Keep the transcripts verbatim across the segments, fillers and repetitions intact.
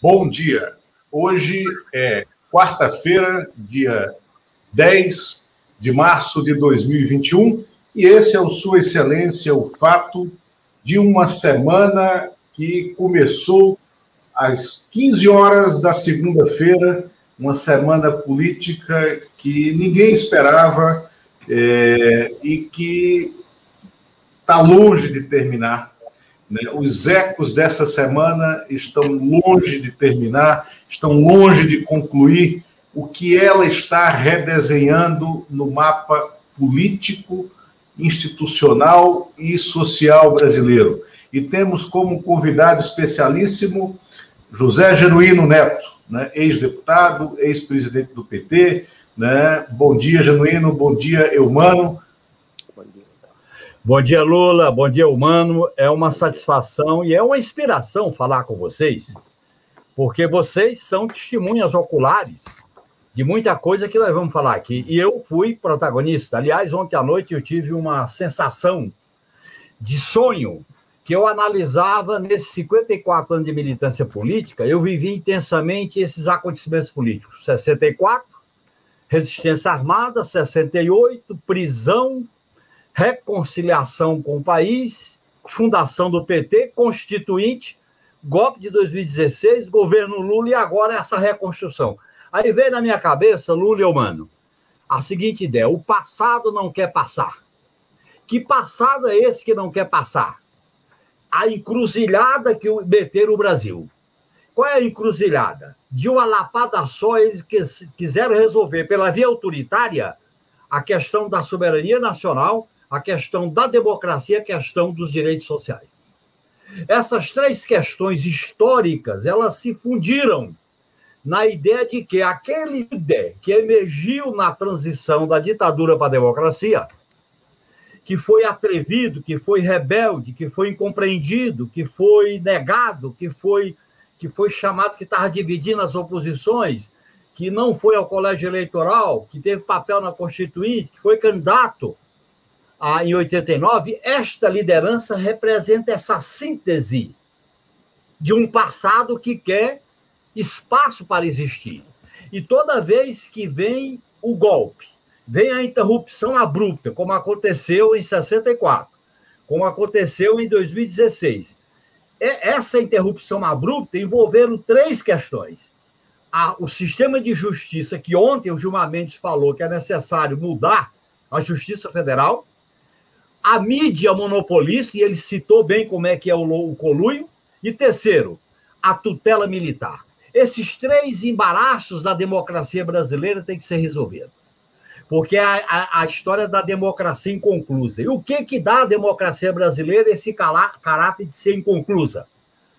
Bom dia. Hoje é quarta-feira, dia dez de março de dois mil e vinte e um, e esse é o Sua Excelência, o fato de uma semana que começou às quinze horas da segunda-feira, uma semana política que ninguém esperava é, e que está longe de terminar. Né? Os ecos dessa semana estão longe de terminar, estão longe de concluir o que ela está redesenhando no mapa político, institucional e social brasileiro. E temos como convidado especialíssimo José Genuíno Neto, né? Ex-deputado, ex-presidente do P T. Né? Bom dia, Genuíno, bom dia, Eumano. Bom dia, Lula, bom dia, Eumano. É uma satisfação e é uma inspiração falar com vocês, porque vocês são testemunhas oculares de muita coisa que nós vamos falar aqui. E eu fui protagonista. Aliás, ontem à noite eu tive uma sensação de sonho que eu analisava nesses cinquenta e quatro anos de militância política. Eu vivi intensamente esses acontecimentos políticos. sessenta e quatro, resistência armada, sessenta e oito, prisão, reconciliação com o país, fundação do P T, constituinte, golpe de dois mil e dezesseis, governo Lula e agora essa reconstrução. Aí veio na minha cabeça, Lula e Eumano, a seguinte ideia: o passado não quer passar. Que passado é esse que não quer passar? A encruzilhada que meteram o Brasil. Qual é a encruzilhada? De uma lapada só, eles quiseram resolver pela via autoritária a questão da soberania nacional, a questão da democracia, a questão dos direitos sociais. Essas três questões históricas, elas se fundiram na ideia de que aquele líder que emergiu na transição da ditadura para a democracia, que foi atrevido, que foi rebelde, que foi incompreendido, que foi negado, que foi, que foi chamado, que estava dividindo as oposições, que não foi ao colégio eleitoral, que teve papel na Constituinte, que foi candidato a, em oitenta e nove, esta liderança representa essa síntese de um passado que quer espaço para existir. E toda vez que vem o golpe, vem a interrupção abrupta, como aconteceu em sessenta e quatro, como aconteceu em dois mil e dezesseis, essa interrupção abrupta envolveram três questões. O sistema de justiça, que ontem o Gilmar Mendes falou que é necessário mudar a Justiça Federal, a mídia monopolista, e ele citou bem como é que é o conluio, e terceiro, a tutela militar. Esses três embaraços da democracia brasileira têm que ser resolvidos, porque a, a, a história da democracia inconclusa. E o que, que dá à democracia brasileira esse caráter de ser inconclusa?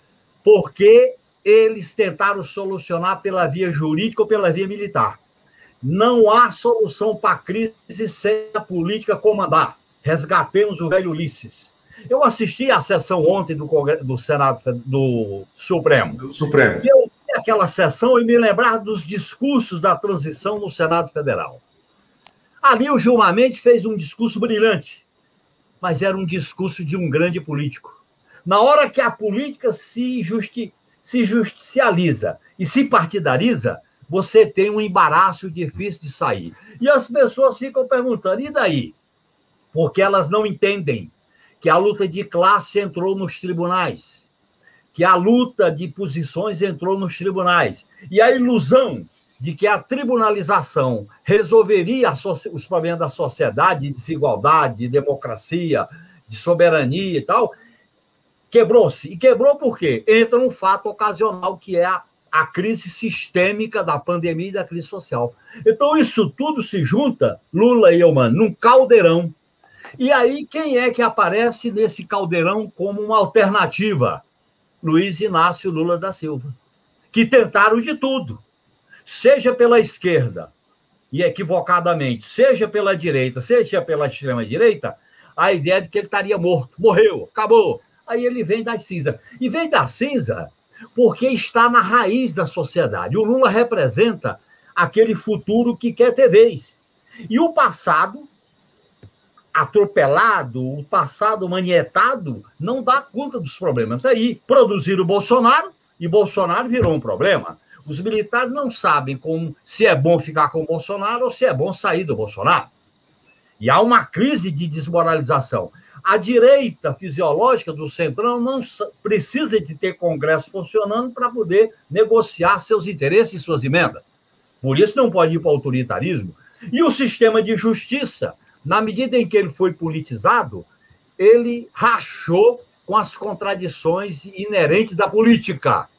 Porque eles tentaram solucionar pela via jurídica ou pela via militar. Não há solução para a crise sem a política comandar. Resgatemos o velho Ulisses. Eu assisti à sessão ontem do, Congresso, do Senado do Supremo. Do Supremo. E eu vi aquela sessão e me lembrar dos discursos da transição no Senado Federal. Ali o Gilmar Mendes fez um discurso brilhante, mas era um discurso de um grande político. Na hora que a política se justifica, se justicializa e se partidariza, você tem um embaraço difícil de sair. E as pessoas ficam perguntando, e daí? Porque elas não entendem que a luta de classe entrou nos tribunais, que a luta de posições entrou nos tribunais. E a ilusão de que a tribunalização resolveria os problemas da sociedade, de desigualdade, de democracia, de soberania e tal, quebrou-se. E quebrou por quê? Entra um fato ocasional, que é a, a crise sistêmica da pandemia e da crise social. Então, isso tudo se junta, Lula e Eumano, num caldeirão. E aí, quem é que aparece nesse caldeirão como uma alternativa? Luiz Inácio Lula da Silva, que tentaram de tudo, seja pela esquerda, e equivocadamente, seja pela direita, seja pela extrema-direita, a ideia de que ele estaria morto. Morreu, acabou. Aí ele vem das cinzas. E vem da cinza porque está na raiz da sociedade. O Lula representa aquele futuro que quer ter vez. E o passado atropelado, o passado manietado, não dá conta dos problemas. Daí, produzir o Bolsonaro, e Bolsonaro virou um problema. Os militares não sabem como, se é bom ficar com o Bolsonaro ou se é bom sair do Bolsonaro. E há uma crise de desmoralização. A direita fisiológica do Centrão não precisa de ter Congresso funcionando para poder negociar seus interesses e suas emendas. Por isso não pode ir para o autoritarismo. E o sistema de justiça, na medida em que ele foi politizado, ele rachou com as contradições inerentes da política.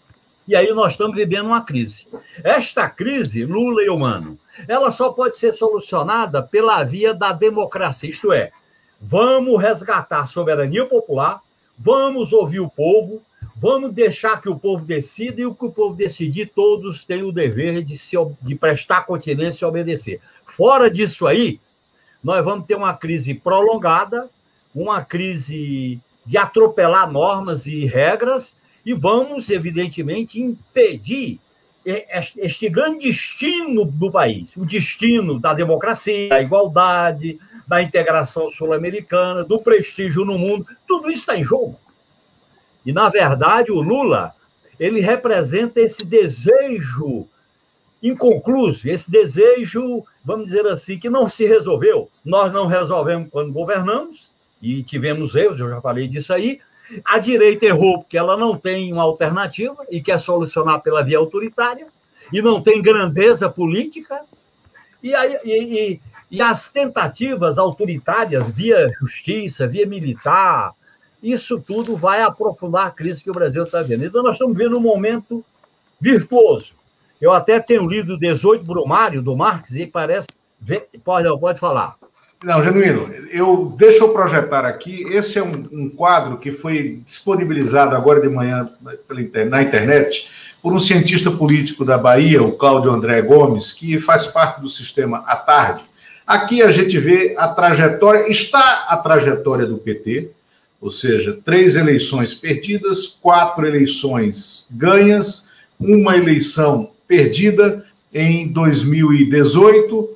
E aí nós estamos vivendo uma crise. Esta crise, Lula e Humano, ela só pode ser solucionada pela via da democracia, isto é, vamos resgatar a soberania popular, vamos ouvir o povo, vamos deixar que o povo decida, e o que o povo decidir, todos têm o dever de, se, de prestar continência e obedecer. Fora disso aí, nós vamos ter uma crise prolongada, uma crise de atropelar normas e regras, e vamos, evidentemente, impedir este grande destino do país, o destino da democracia, da igualdade, da integração sul-americana, do prestígio no mundo, tudo isso está em jogo. E, na verdade, o Lula, ele representa esse desejo inconcluso, esse desejo, vamos dizer assim, que não se resolveu. Nós não resolvemos quando governamos, e tivemos erros, eu já falei disso aí. A direita errou porque ela não tem uma alternativa e quer solucionar pela via autoritária, e não tem grandeza política, e, aí, e, e, e as tentativas autoritárias via justiça, via militar, isso tudo vai aprofundar a crise que o Brasil está vendo. Então, nós estamos vendo um momento virtuoso. Eu até tenho lido dezoito Brumário, do Marx, e parece... Pode, pode falar. Não, Genuíno, eu, deixa eu projetar aqui, esse é um, um quadro que foi disponibilizado agora de manhã na internet por um cientista político da Bahia, o Cláudio André Gomes, que faz parte do sistema à tarde. Aqui a gente vê a trajetória, está a trajetória do P T, ou seja, três eleições perdidas, quatro eleições ganhas, uma eleição perdida em dois mil e dezoito,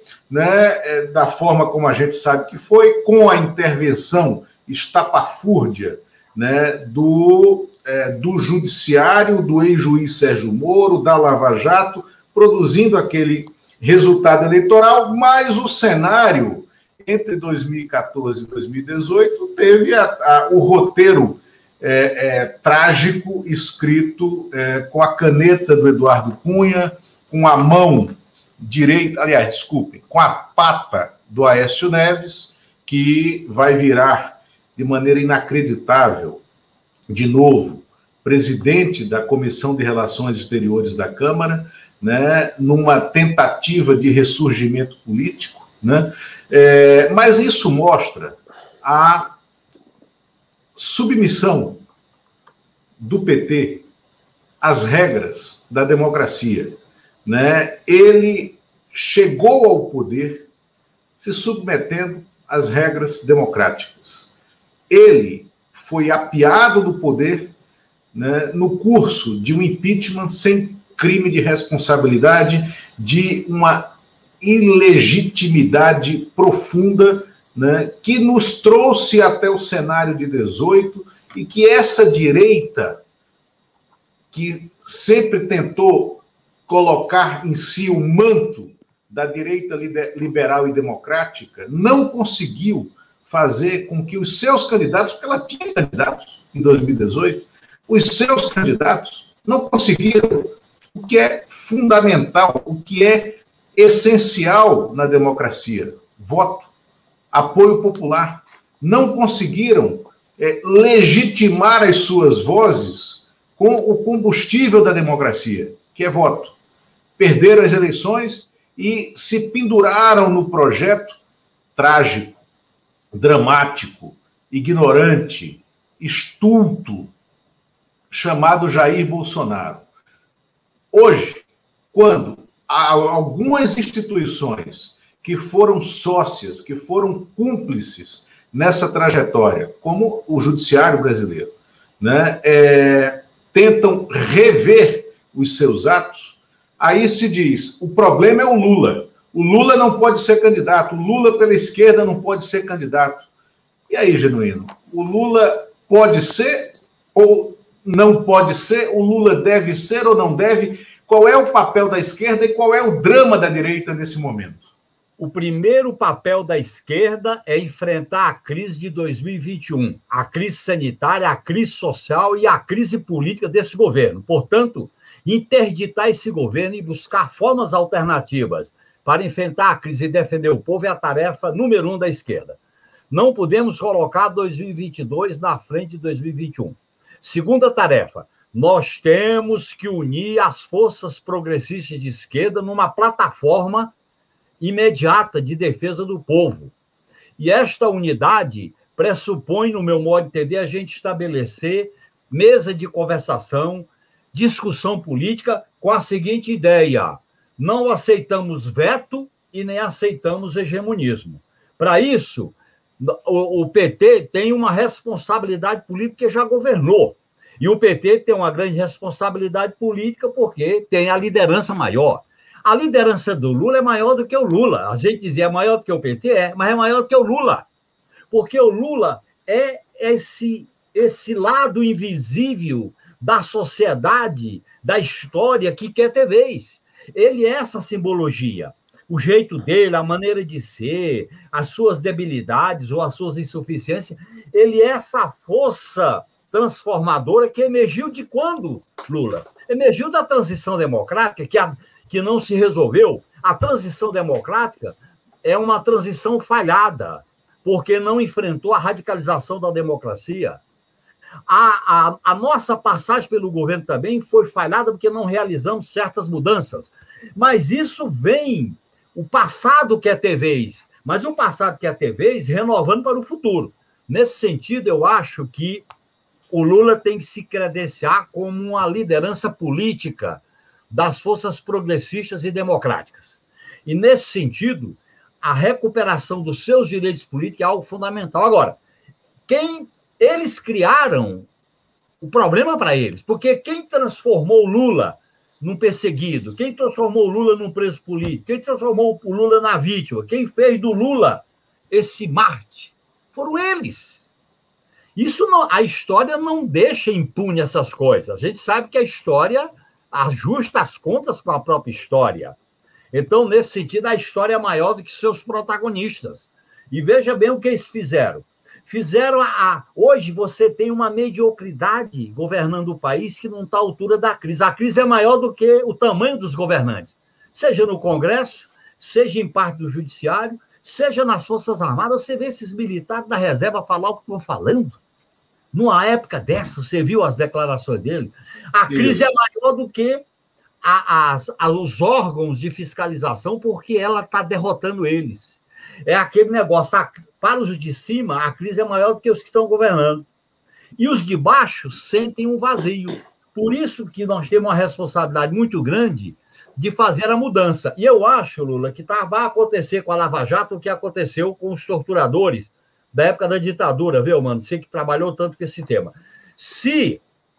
né, da forma como a gente sabe que foi, com a intervenção estapafúrdia, né, do, é, do judiciário, do ex-juiz Sérgio Moro, da Lava Jato, produzindo aquele resultado eleitoral, mas o cenário entre dois mil e quatorze e dois mil e dezoito teve a, a, o roteiro é, é, trágico escrito é, com a caneta do Eduardo Cunha, com a mão direita, aliás, desculpem, com a pata do Aécio Neves, que vai virar de maneira inacreditável, de novo, presidente da Comissão de Relações Exteriores da Câmara, né, numa tentativa de ressurgimento político, né? É, mas isso mostra a submissão do P T às regras da democracia, né? Ele chegou ao poder se submetendo às regras democráticas. Ele foi apiado do poder, né, no curso de um impeachment sem crime de responsabilidade, de uma ilegitimidade profunda, né, que nos trouxe até o cenário de dezoito, e que essa direita, que sempre tentou colocar em si o manto da direita liberal e democrática, não conseguiu fazer com que os seus candidatos, porque ela tinha candidatos em dois mil e dezoito, os seus candidatos não conseguiram o que é fundamental, o que é essencial na democracia: voto, apoio popular. Não conseguiram é, legitimar as suas vozes com o combustível da democracia, que é voto. Perderam as eleições e se penduraram no projeto trágico, dramático, ignorante, estulto, chamado Jair Bolsonaro. Hoje, quando há algumas instituições que foram sócias, que foram cúmplices nessa trajetória, como o Judiciário brasileiro, né, é, tentam rever os seus atos, aí se diz, o problema é o Lula. O Lula não pode ser candidato, o Lula pela esquerda não pode ser candidato. E aí, Genuíno, o Lula pode ser ou não pode ser? O Lula deve ser ou não deve? Qual é o papel da esquerda e qual é o drama da direita nesse momento? O primeiro papel da esquerda é enfrentar a crise de dois mil e vinte e um, a crise sanitária, a crise social e a crise política desse governo. Portanto, interditar esse governo e buscar formas alternativas para enfrentar a crise e defender o povo é a tarefa número um da esquerda. Não podemos colocar dois mil e vinte e dois na frente de dois mil e vinte e um. Segunda tarefa, nós temos que unir as forças progressistas de esquerda numa plataforma imediata de defesa do povo. E esta unidade pressupõe, no meu modo de entender, a gente estabelecer mesa de conversação, discussão política com a seguinte ideia: não aceitamos veto e nem aceitamos hegemonismo. Para isso, o P T tem uma responsabilidade política que já governou. E o P T tem uma grande responsabilidade política porque tem a liderança maior. A liderança do Lula é maior do que o Lula. A gente dizia é maior do que o P T, é, mas é maior do que o Lula. Porque o Lula é esse, esse lado invisível da sociedade, da história que quer ter vez. Ele é essa simbologia. O jeito dele, a maneira de ser, as suas debilidades ou as suas insuficiências, ele é essa força transformadora que emergiu de quando, Lula? Emergiu da transição democrática, que, a, que não se resolveu. A transição democrática é uma transição falhada, porque não enfrentou a radicalização da democracia. A, a, a nossa passagem pelo governo também foi falhada porque não realizamos certas mudanças. Mas isso vem, o passado quer ter vez, mas o passado quer ter vez renovando para o futuro. Nesse sentido, eu acho que o Lula tem que se credenciar como uma liderança política das forças progressistas e democráticas. E, nesse sentido, a recuperação dos seus direitos políticos é algo fundamental. Agora, quem eles criaram o problema para eles, porque quem transformou o Lula num perseguido, quem transformou o Lula num preso político, quem transformou o Lula na vítima, quem fez do Lula esse Marte, foram eles. Isso não, a história não deixa impune essas coisas. A gente sabe que a história ajusta as contas com a própria história. Então, nesse sentido, a história é maior do que seus protagonistas. E veja bem o que eles fizeram. Fizeram a, a... Hoje você tem uma mediocridade governando o país que não está à altura da crise. A crise é maior do que o tamanho dos governantes. Seja no Congresso, seja em parte do Judiciário, seja nas Forças Armadas. Você vê esses militares da reserva falar o que estão falando. Numa época dessa, você viu as declarações dele? A crise Isso. é maior do que a, as, a, os órgãos de fiscalização, porque ela está derrotando eles. É aquele negócio, a, para os de cima, a crise é maior do que os que estão governando. E os de baixo sentem um vazio. Por isso que nós temos uma responsabilidade muito grande de fazer a mudança. E eu acho, Lula, que tá, vai acontecer com a Lava Jato o que aconteceu com os torturadores da época da ditadura, viu, mano? Você que trabalhou tanto com esse tema. Se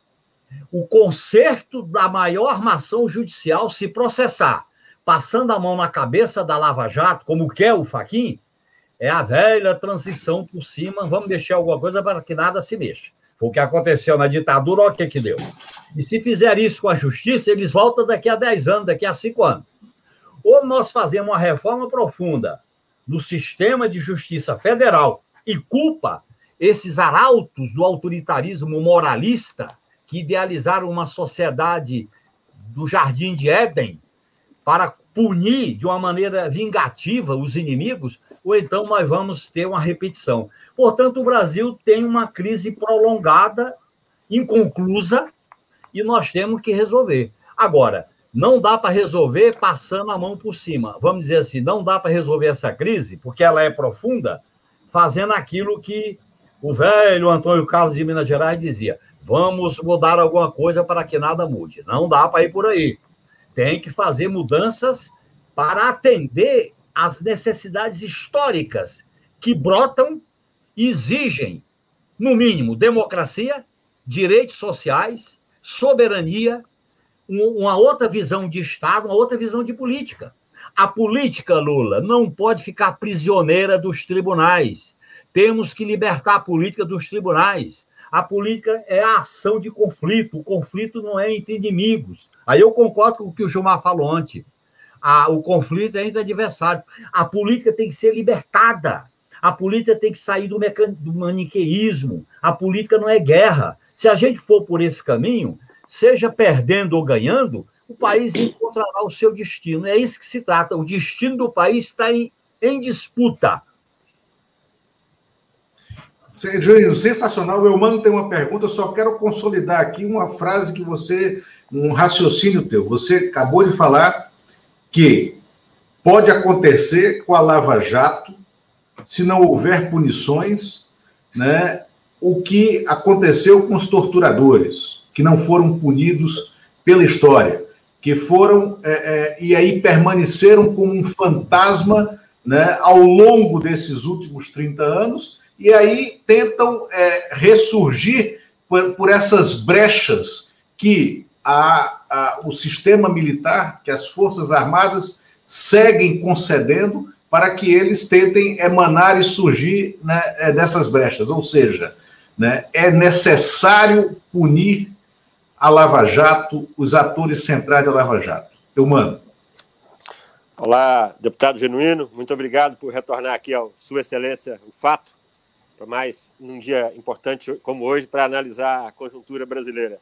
o conserto da maior armação judicial se processar, passando a mão na cabeça da Lava Jato, como quer o Fachin, é a velha transição por cima, vamos deixar alguma coisa para que nada se mexa. Foi o que aconteceu na ditadura, olha o que que deu. E se fizer isso com a justiça, eles voltam daqui a dez anos, daqui a cinco anos. Ou nós fazemos uma reforma profunda no sistema de justiça federal, e culpa esses arautos do autoritarismo moralista que idealizaram uma sociedade do Jardim de Éden para punir de uma maneira vingativa os inimigos, ou então nós vamos ter uma repetição. Portanto, o Brasil tem uma crise prolongada, inconclusa, e nós temos que resolver. Agora, não dá para resolver passando a mão por cima. Vamos dizer assim, não dá para resolver essa crise, porque ela é profunda, fazendo aquilo que o velho Antônio Carlos de Minas Gerais dizia: vamos mudar alguma coisa para que nada mude. Não dá para ir por aí. Tem que fazer mudanças para atender às necessidades históricas que brotam e exigem, no mínimo, democracia, direitos sociais, soberania, uma outra visão de Estado, uma outra visão de política. A política, Lula, não pode ficar prisioneira dos tribunais. Temos que libertar a política dos tribunais. A política é a ação de conflito. O conflito não é entre inimigos. Aí eu concordo com o que o Gilmar falou ontem. A, o conflito é entre adversários. A política tem que ser libertada. A política tem que sair do, mecan... do maniqueísmo. A política não é guerra. Se a gente for por esse caminho, seja perdendo ou ganhando, o país encontrará o seu destino. É isso que se trata. O destino do país está em, em disputa. Juninho, sensacional. O Eumano tem uma pergunta, eu só quero consolidar aqui uma frase que você, um raciocínio teu. Você acabou de falar que pode acontecer com a Lava Jato, se não houver punições, né, o que aconteceu com os torturadores, que não foram punidos pela história, que foram, é, é, e aí permaneceram como um fantasma, né, ao longo desses últimos trinta anos, e aí tentam é, ressurgir por, por essas brechas que a, a, o sistema militar, que as Forças Armadas seguem concedendo para que eles tentem emanar e surgir, né, dessas brechas. Ou seja, né, é necessário punir a Lava Jato, os atores centrais da Lava Jato. Eumano. Olá, deputado Genuíno, muito obrigado por retornar aqui ao Sua Excelência, o Fato, para mais num dia importante como hoje, para analisar a conjuntura brasileira.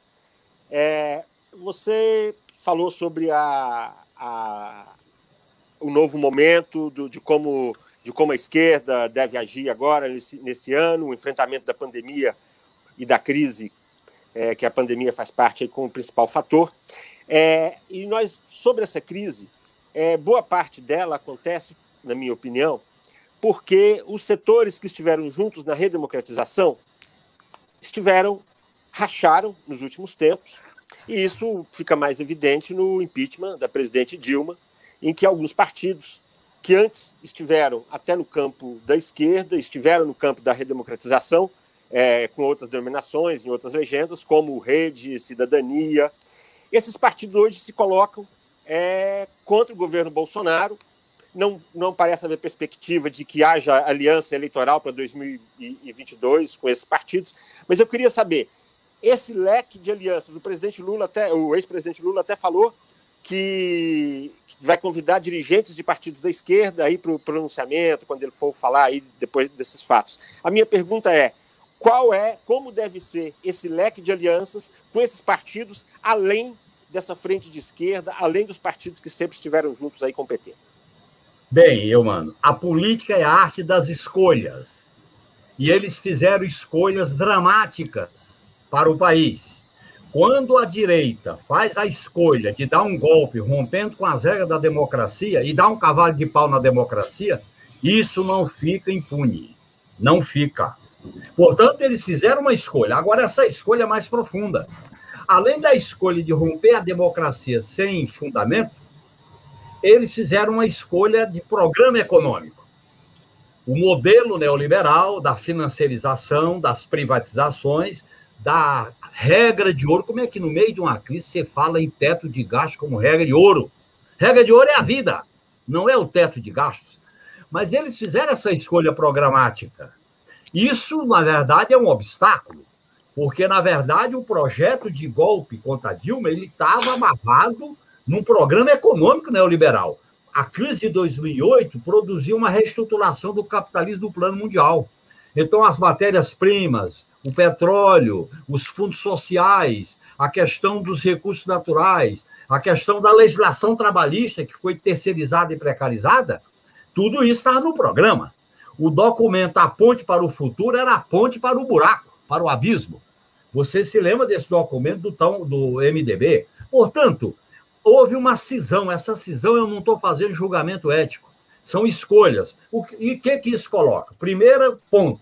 É, você falou sobre a, a, o novo momento do, de, como, de como a esquerda deve agir agora, nesse, nesse ano, o enfrentamento da pandemia e da crise, é, que a pandemia faz parte aí como principal fator. É, e nós, sobre essa crise, é, boa parte dela acontece, na minha opinião, porque os setores que estiveram juntos na redemocratização estiveram, racharam nos últimos tempos, e isso fica mais evidente no impeachment da presidente Dilma, em que alguns partidos que antes estiveram até no campo da esquerda, estiveram no campo da redemocratização, é, com outras denominações, em outras legendas, como Rede, Cidadania. Esses partidos hoje se colocam é, contra o governo Bolsonaro. Não, não parece haver perspectiva de que haja aliança eleitoral para dois mil e vinte e dois com esses partidos, mas eu queria saber, esse leque de alianças, o presidente Lula até, o ex-presidente Lula até falou que vai convidar dirigentes de partidos da esquerda aí para o pronunciamento, quando ele for falar aí depois desses fatos. A minha pergunta é, qual é, como deve ser esse leque de alianças com esses partidos, além dessa frente de esquerda, além dos partidos que sempre estiveram juntos aí com o P T? Bem, eu, mano, a política é a arte das escolhas. E eles fizeram escolhas dramáticas para o país. Quando a direita faz a escolha de dar um golpe rompendo com as regras da democracia e dar um cavalo de pau na democracia, isso não fica impune. Não fica. Portanto, eles fizeram uma escolha. Agora, essa escolha é mais profunda. Além da escolha de romper a democracia sem fundamento, eles fizeram uma escolha de programa econômico. O modelo neoliberal da financiarização, das privatizações, da regra de ouro. Como é que no meio de uma crise você fala em teto de gastos como regra de ouro? Regra de ouro é a vida, não é o teto de gastos. Mas eles fizeram essa escolha programática. Isso, na verdade, é um obstáculo, porque, na verdade, o projeto de golpe contra a Dilma ele estava amarrado num programa econômico neoliberal. A crise de dois mil e oito produziu uma reestruturação do capitalismo do plano mundial. Então, as matérias-primas, o petróleo, os fundos sociais, a questão dos recursos naturais, a questão da legislação trabalhista, que foi terceirizada e precarizada, tudo isso estava no programa. O documento A Ponte para o Futuro era a ponte para o buraco, para o abismo. Você se lembra desse documento do, tão, do M D B? Portanto, houve uma cisão. Essa cisão eu não estou fazendo julgamento ético. São escolhas. O, e o que, que isso coloca? Primeiro ponto.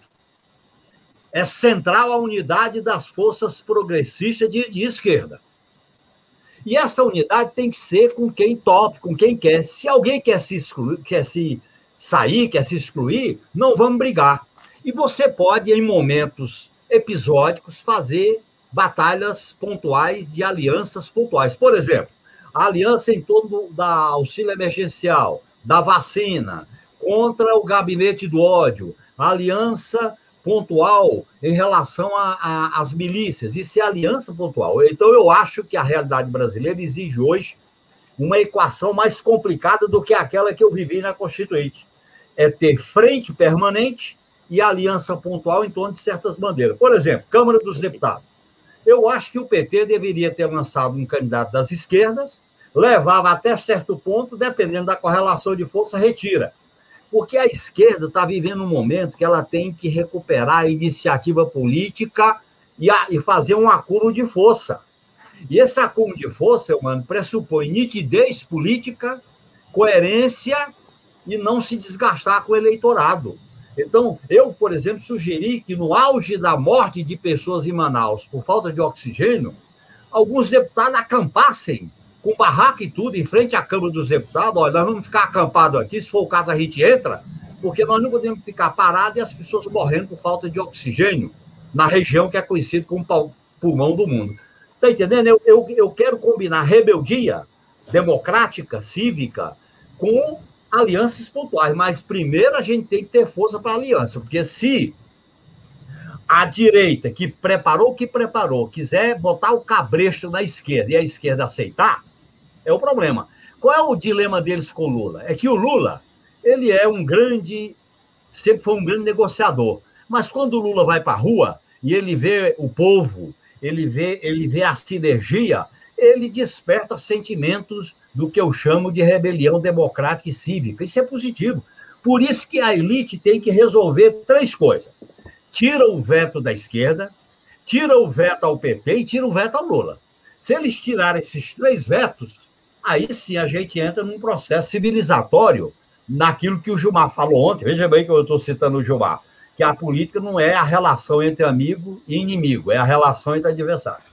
É central a unidade das forças progressistas de, de esquerda. E essa unidade tem que ser com quem tope, com quem quer. Se alguém quer se excluir, quer se sair, quer se excluir, não vamos brigar. E você pode, em momentos episódicos, fazer batalhas pontuais de alianças pontuais. Por exemplo, a aliança em torno da auxílio emergencial, da vacina, contra o gabinete do ódio, a aliança pontual em relação às milícias, isso é aliança pontual. Então, eu acho que a realidade brasileira exige hoje uma equação mais complicada do que aquela que eu vivi na Constituinte. É ter frente permanente e aliança pontual em torno de certas bandeiras. Por exemplo, Câmara dos Deputados. Eu acho que o P T deveria ter lançado um candidato das esquerdas, levava até certo ponto, dependendo da correlação de força, retira. Porque a esquerda está vivendo um momento que ela tem que recuperar a iniciativa política e, a, e fazer um acúmulo de força. E esse acúmulo de força, mano, pressupõe nitidez política, coerência e não se desgastar com o eleitorado. Então, eu, por exemplo, sugeri que no auge da morte de pessoas em Manaus por falta de oxigênio, alguns deputados acampassem com barraca e tudo, em frente à Câmara dos Deputados. Olha, nós vamos ficar acampados aqui, se for o caso a gente entra, porque nós não podemos ficar parados e as pessoas morrendo por falta de oxigênio na região que é conhecida como pulmão do mundo. Está entendendo? Eu, eu, eu quero combinar rebeldia democrática, cívica, com alianças pontuais, mas primeiro a gente tem que ter força para a aliança, porque se a direita, que preparou o que preparou, quiser botar o cabresto na esquerda e a esquerda aceitar, é o problema. Qual é o dilema deles com o Lula? É que o Lula, ele é um grande, sempre foi um grande negociador, mas quando o Lula vai para a rua e ele vê o povo, ele vê, ele vê a sinergia, ele desperta sentimentos do que eu chamo de rebelião democrática e cívica. Isso é positivo. Por isso que a elite tem que resolver três coisas. Tira o veto da esquerda, tira o veto ao P T e tira o veto ao Lula. Se eles tirarem esses três vetos, aí sim a gente entra num processo civilizatório naquilo que o Gilmar falou ontem. Veja bem que eu estou citando o Gilmar, que a política não é a relação entre amigo e inimigo, é a relação entre adversários.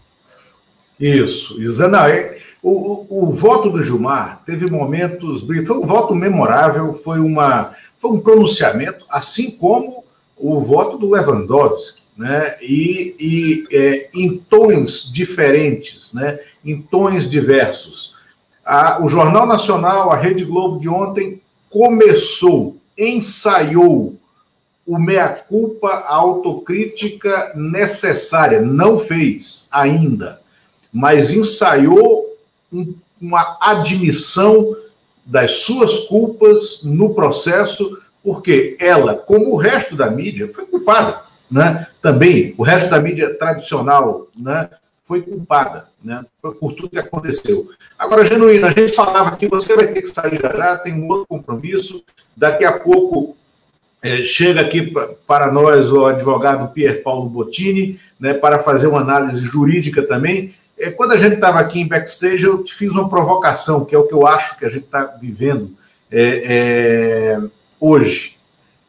Isso, isso não, é, o, o, o voto do Gilmar teve momentos, foi um voto memorável, foi, uma, foi um pronunciamento, assim como o voto do Lewandowski, né? E, e é, em tons diferentes, né? Em tons diversos. A, o Jornal Nacional, a Rede Globo de ontem, começou, ensaiou o meia-culpa, a autocrítica necessária, não fez ainda, mas ensaiou um, uma admissão das suas culpas no processo, porque ela, como o resto da mídia, foi culpada, né? Também, o resto da mídia tradicional, né, foi culpada, né, por tudo que aconteceu. Agora, Genuíno, a gente falava que você vai ter que sair já, já tem um outro compromisso, daqui a pouco é, chega aqui pra, para nós o advogado Pier Paulo Bottini, né, para fazer uma análise jurídica também. É, quando a gente estava aqui em backstage, eu te fiz uma provocação, que é o que eu acho que a gente está vivendo é, é, hoje.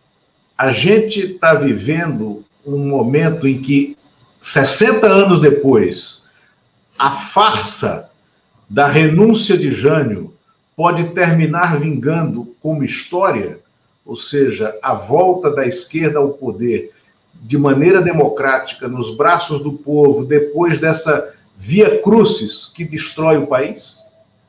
A gente está vivendo um momento em que, sessenta anos depois, a farsa da renúncia de Jânio pode terminar vingando como história, ou seja, a volta da esquerda ao poder de maneira democrática, nos braços do povo, depois dessa via crucis que destrói o país?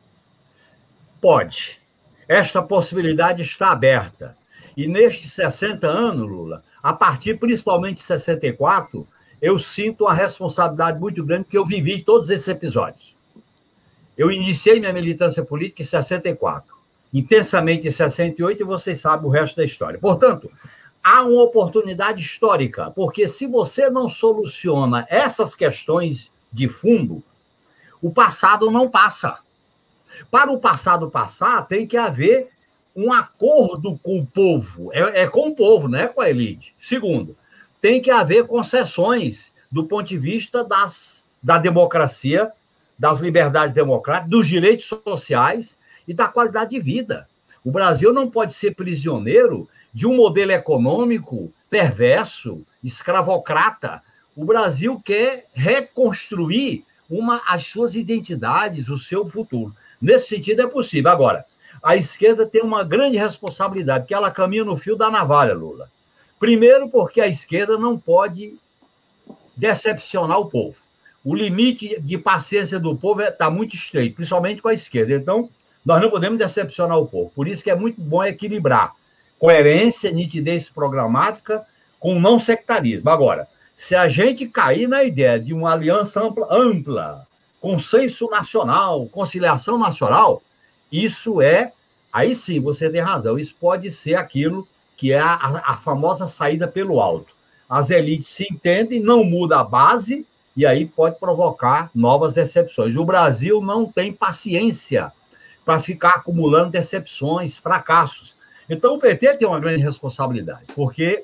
Pode. Esta possibilidade está aberta. E nestes sessenta anos, Lula, a partir principalmente de sessenta e quatro, eu sinto uma responsabilidade muito grande, porque eu vivi todos esses episódios. Eu iniciei minha militância política em sessenta e quatro, intensamente em sessenta e oito, e vocês sabem o resto da história. Portanto, há uma oportunidade histórica, porque se você não soluciona essas questões de fundo, o passado não passa. Para o passado passar, tem que haver um acordo com o povo. É, é com o povo, não é com a elite. Segundo, tem que haver concessões do ponto de vista das, da democracia, das liberdades democráticas, dos direitos sociais e da qualidade de vida. O Brasil não pode ser prisioneiro de um modelo econômico perverso, escravocrata. O Brasil quer reconstruir uma, as suas identidades, o seu futuro. Nesse sentido, é possível. Agora, a esquerda tem uma grande responsabilidade, porque ela caminha no fio da navalha, Lula. Primeiro, porque a esquerda não pode decepcionar o povo. O limite de paciência do povo está muito estreito, principalmente com a esquerda. Então, nós não podemos decepcionar o povo. Por isso que é muito bom equilibrar coerência, nitidez programática com o não sectarismo. Agora, se a gente cair na ideia de uma aliança ampla, ampla, consenso nacional, conciliação nacional, isso é, aí sim, você tem razão, isso pode ser aquilo que é a, a famosa saída pelo alto. As elites se entendem, não muda a base, e aí pode provocar novas decepções. O Brasil não tem paciência para ficar acumulando decepções, fracassos. Então, o P T tem uma grande responsabilidade, porque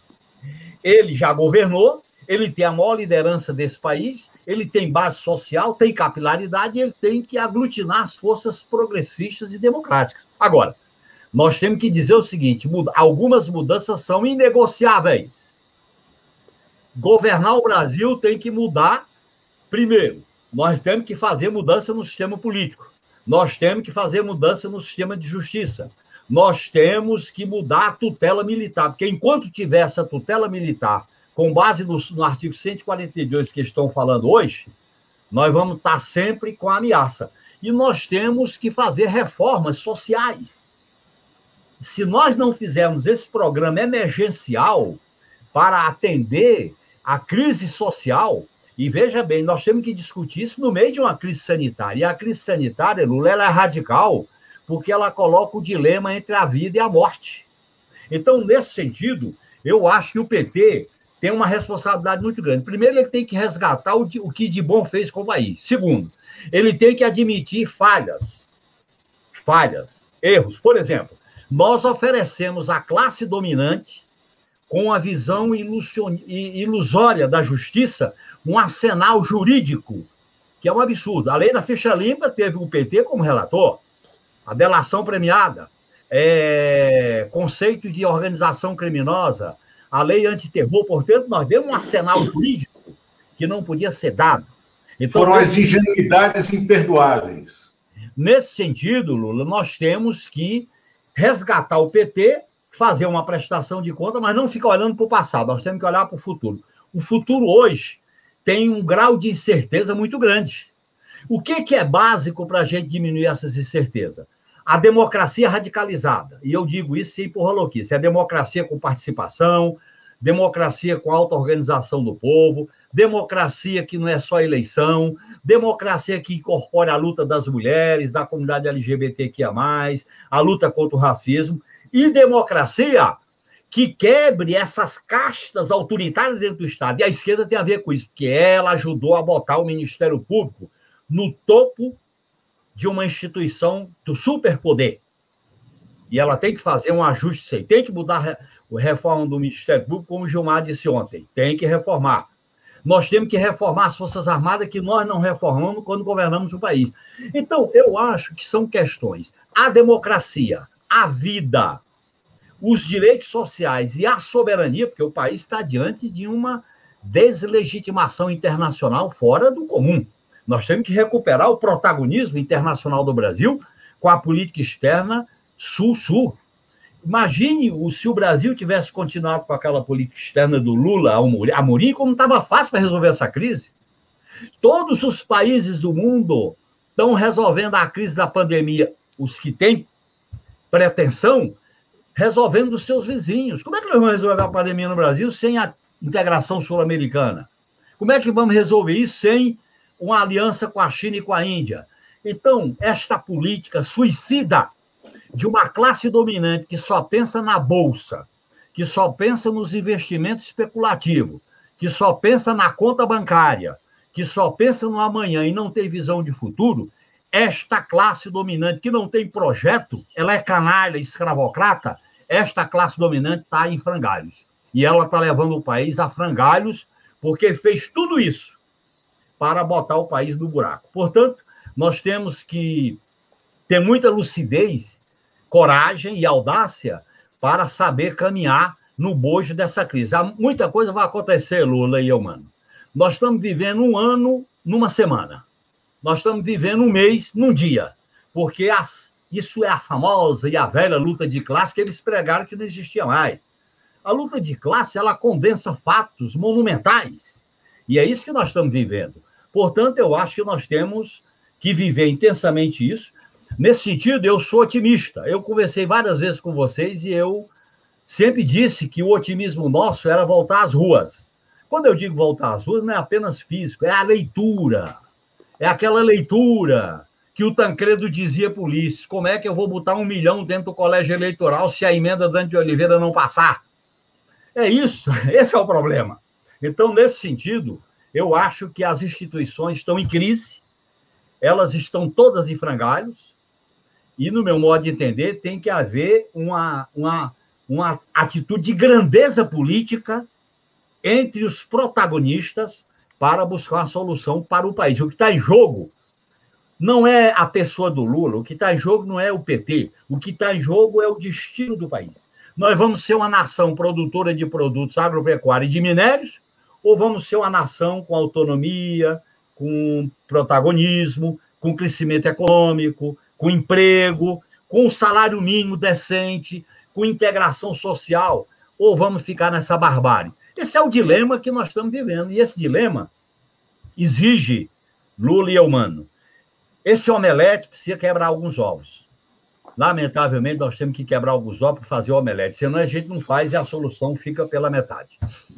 ele já governou, ele tem a maior liderança desse país, ele tem base social, tem capilaridade, e ele tem que aglutinar as forças progressistas e democráticas. Agora, nós temos que dizer o seguinte, muda, algumas mudanças são inegociáveis. Governar o Brasil tem que mudar, primeiro, nós temos que fazer mudança no sistema político, nós temos que fazer mudança no sistema de justiça, nós temos que mudar a tutela militar, porque enquanto tiver essa tutela militar, com base no, no artigo cento e quarenta e dois que estão falando hoje, nós vamos estar sempre com a ameaça. E nós temos que fazer reformas sociais. Se nós não fizermos esse programa emergencial para atender a crise social, e veja bem, nós temos que discutir isso no meio de uma crise sanitária. E a crise sanitária, Lula, ela é radical, porque ela coloca o dilema entre a vida e a morte. Então, nesse sentido, eu acho que o P T tem uma responsabilidade muito grande. Primeiro, ele tem que resgatar o, de, o que de bom fez com o país. Segundo, ele tem que admitir falhas, falhas, erros. Por exemplo, nós oferecemos à classe dominante, com a visão ilusion, ilusória da justiça, um arsenal jurídico, que é um absurdo. A lei da ficha limpa teve o P T como relator, a delação premiada, é, conceito de organização criminosa, a lei antiterror, portanto, nós demos um arsenal jurídico que não podia ser dado. Então, foram as ingenuidades imperdoáveis. Nesse sentido, Lula, nós temos que resgatar o P T, fazer uma prestação de conta, mas não ficar olhando para o passado, nós temos que olhar para o futuro. O futuro hoje tem um grau de incerteza muito grande. O que, que é básico para a gente diminuir essas incertezas? A democracia radicalizada, e eu digo isso sem porra-louquice, é democracia com participação, democracia com auto-organização do povo, democracia que não é só eleição, democracia que incorpora a luta das mulheres, da comunidade L G B T Q I A mais, a luta contra o racismo, e democracia que quebre essas castas autoritárias dentro do Estado. E a esquerda tem a ver com isso, porque ela ajudou a botar o Ministério Público no topo de uma instituição do superpoder. E ela tem que fazer um ajuste, sei. Tem que mudar a reforma do Ministério Público, como o Gilmar disse ontem. Tem que reformar. Nós temos que reformar as Forças Armadas, que nós não reformamos quando governamos o país. Então, eu acho que são questões. A democracia, a vida, os direitos sociais e a soberania, porque o país está diante de uma deslegitimação internacional fora do comum. Nós temos que recuperar o protagonismo internacional do Brasil com a política externa sul-sul. Imagine se o Brasil tivesse continuado com aquela política externa do Lula a Amorim, como estava fácil para resolver essa crise. Todos os países do mundo estão resolvendo a crise da pandemia, os que têm pretensão, resolvendo os seus vizinhos. Como é que nós vamos resolver a pandemia no Brasil sem a integração sul-americana? Como é que vamos resolver isso sem uma aliança com a China e com a Índia? Então, esta política suicida de uma classe dominante que só pensa na bolsa, que só pensa nos investimentos especulativos, que só pensa na conta bancária, que só pensa no amanhã e não tem visão de futuro, esta classe dominante que não tem projeto, ela é canalha, escravocrata, esta classe dominante está em frangalhos. E ela está levando o país a frangalhos porque fez tudo isso para botar o país no buraco. Portanto, nós temos que ter muita lucidez, coragem e audácia para saber caminhar no bojo dessa crise. Muita coisa vai acontecer, Lula e eu, mano. Nós estamos vivendo um ano numa semana. Nós estamos vivendo um mês num dia. Porque as, isso é a famosa e a velha luta de classe que eles pregaram que não existia mais. A luta de classe, ela condensa fatos monumentais. E é isso que nós estamos vivendo. Portanto, eu acho que nós temos que viver intensamente isso. Nesse sentido, eu sou otimista. Eu conversei várias vezes com vocês e eu sempre disse que o otimismo nosso era voltar às ruas. Quando eu digo voltar às ruas, não é apenas físico, é a leitura. É aquela leitura que o Tancredo dizia para o Ulisses: como é que eu vou botar um milhão dentro do colégio eleitoral se a emenda Dante de Oliveira não passar? É isso, esse é o problema. Então, nesse sentido, eu acho que as instituições estão em crise, elas estão todas em frangalhos, e, no meu modo de entender, tem que haver uma, uma, uma atitude de grandeza política entre os protagonistas para buscar uma solução para o país. O que está em jogo não é a pessoa do Lula, o que está em jogo não é o P T, o que está em jogo é o destino do país. Nós vamos ser uma nação produtora de produtos agropecuários e de minérios, ou vamos ser uma nação com autonomia, com protagonismo, com crescimento econômico, com emprego, com um salário mínimo decente, com integração social, ou vamos ficar nessa barbárie? Esse é o dilema que nós estamos vivendo, e esse dilema exige Lula e Eumano. Esse omelete precisa quebrar alguns ovos. Lamentavelmente, nós temos que quebrar alguns ovos para fazer o omelete, senão a gente não faz e a solução fica pela metade.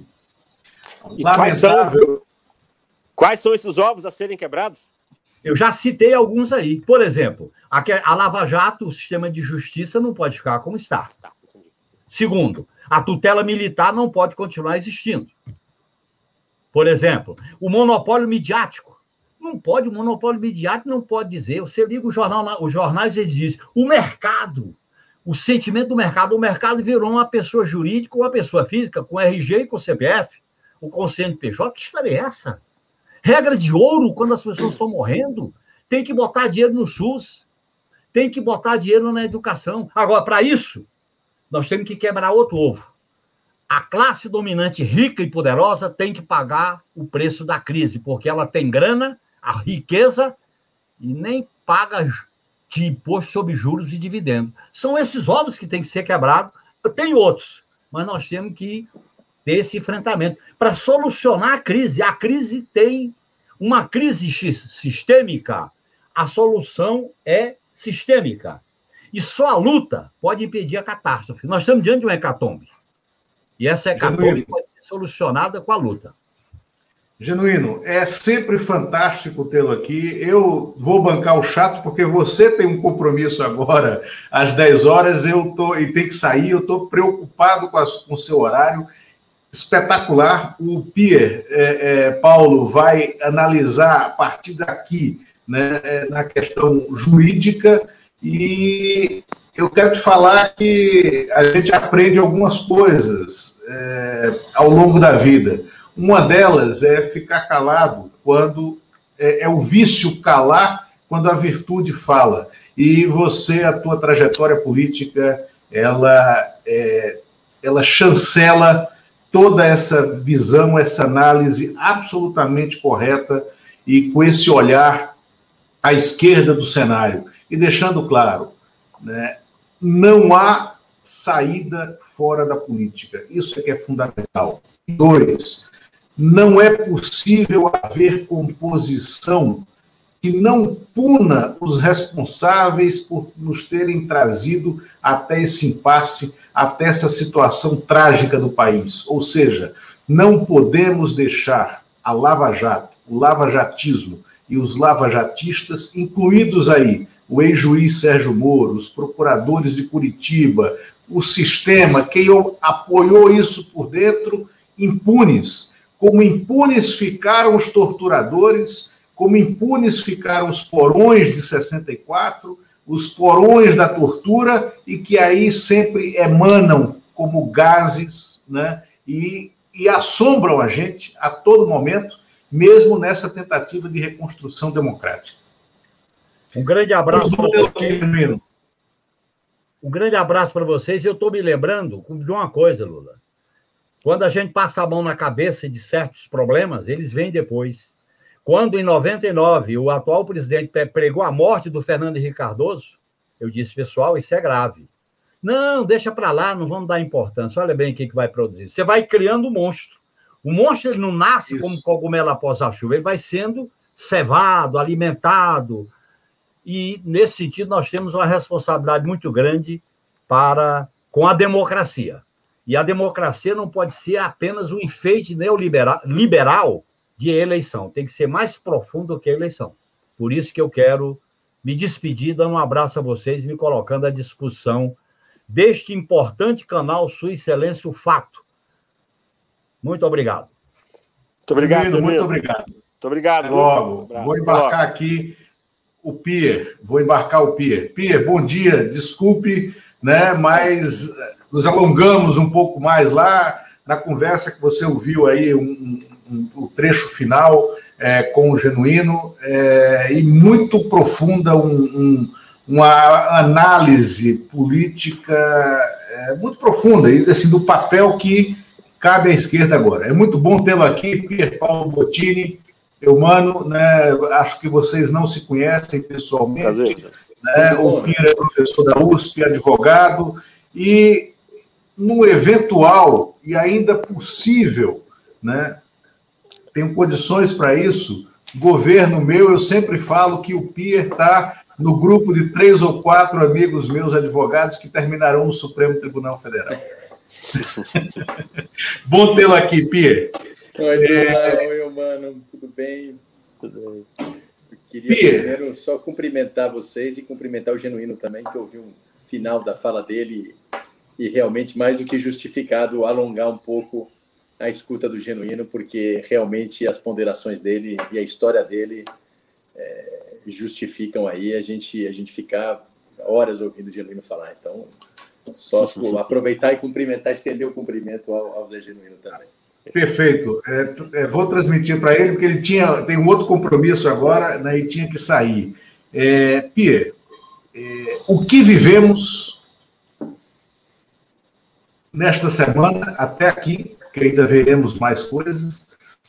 E quais são, quais são esses ovos a serem quebrados? Eu já citei alguns aí. Por exemplo, a Lava Jato, o sistema de justiça, não pode ficar como está. Segundo, a tutela militar não pode continuar existindo. Por exemplo, o monopólio midiático. Não pode, o monopólio midiático não pode dizer. Você liga o jornal, os jornais, eles dizem, o mercado, o sentimento do mercado, o mercado virou uma pessoa jurídica, uma pessoa física, com R G e com C P F, o com C N P J. Que história é essa? Regra de ouro, quando as pessoas estão morrendo, tem que botar dinheiro no SUS, tem que botar dinheiro na educação. Agora, para isso, nós temos que quebrar outro ovo. A classe dominante rica e poderosa tem que pagar o preço da crise, porque ela tem grana, a riqueza, e nem paga de imposto sobre juros e dividendos. São esses ovos que têm que ser quebrados. Tem outros, mas nós temos que ter esse enfrentamento para solucionar a crise. A crise tem uma crise sistêmica. A solução é sistêmica. E só a luta pode impedir a catástrofe. Nós estamos diante de uma hecatombe. E essa hecatombe Genuíno. Pode ser solucionada com a luta. Genuíno, é sempre fantástico tê-lo aqui. Eu vou bancar o chato, porque você tem um compromisso agora às dez horas eu tô, e tem que sair. Eu estou preocupado com, a, com o seu horário. Espetacular. O Pierre, é, é, Paulo, vai analisar a partir daqui, né, na questão jurídica, e eu quero te falar que a gente aprende algumas coisas é, ao longo da vida. Uma delas é ficar calado quando é, é o vício calar quando a virtude fala. E você, a tua trajetória política, ela, é, ela chancela toda essa visão, essa análise absolutamente correta e com esse olhar à esquerda do cenário. E deixando claro, né, não há saída fora da política. Isso é que é fundamental. Dois, não é possível haver composição que não puna os responsáveis por nos terem trazido até esse impasse, até essa situação trágica do país. Ou seja, não podemos deixar a Lava Jato, o lavajatismo e os lavajatistas, incluídos aí o ex-juiz Sérgio Moro, os procuradores de Curitiba, o sistema, quem apoiou isso por dentro, impunes. Como impunes ficaram os torturadores, como impunes ficaram os porões de sessenta e quatro, os porões da tortura, e que aí sempre emanam como gases, né, e, e assombram a gente a todo momento, mesmo nessa tentativa de reconstrução democrática. Um grande abraço para vocês. Um grande abraço para vocês. Eu estou me lembrando de uma coisa, Lula. Quando a gente passa a mão na cabeça de certos problemas, eles vêm depois. Quando, em noventa e nove, o atual presidente pregou a morte do Fernando Henrique Cardoso, eu disse, pessoal, isso é grave. Não, deixa para lá, não vamos dar importância. Olha bem o que, que vai produzir. Você vai criando um monstro. O monstro ele não nasce isso. Como cogumelo após a chuva, ele vai sendo cevado, alimentado. E, nesse sentido, nós temos uma responsabilidade muito grande para, com a democracia. E a democracia não pode ser apenas um enfeite neoliberal liberal de eleição. Tem que ser mais profundo do que a eleição. Por isso que eu quero me despedir, dando um abraço a vocês e me colocando à disposição deste importante canal Sua Excelência, o Fato. Muito obrigado. Muito obrigado, Genuíno, muito obrigado. Muito obrigado. Logo, um vou embarcar aqui o Pierre, vou embarcar o Pierre. Pierre, bom dia, desculpe, né, mas nos alongamos um pouco mais lá na conversa que você ouviu aí, um, um, um, o trecho final é, com o Genuíno, é, e muito profunda, um, um, uma análise política é, muito profunda, e assim, do papel que cabe à esquerda agora. É muito bom tê-lo aqui, Pierre Paulo Bottini, Eumano, né, acho que vocês não se conhecem pessoalmente. Prazer. Né, o Pierre é professor da U S P, advogado, e no eventual e ainda possível, né, tenho condições para isso, governo meu, eu sempre falo que o Pierre está no grupo de três ou quatro amigos meus advogados que terminarão no Supremo Tribunal Federal. Bom tê-lo aqui, Pierre. Oi, é... oi, mano, tudo bem? Tudo bem. Eu queria Pierre. primeiro só cumprimentar vocês e cumprimentar o Genuíno também, que eu ouvi um final da fala dele e realmente mais do que justificado alongar um pouco a escuta do Genuíno, porque realmente as ponderações dele e a história dele é, justificam aí a gente, a gente ficar horas ouvindo o Genuíno falar. Então, só aproveitar e cumprimentar, estender o cumprimento ao, ao Zé Genuíno também. Perfeito. É, é, vou transmitir para ele, porque ele tinha, tem um outro compromisso agora, né, e tinha que sair. É, Pierre, é, o que vivemos nesta semana, até aqui, que ainda veremos mais coisas,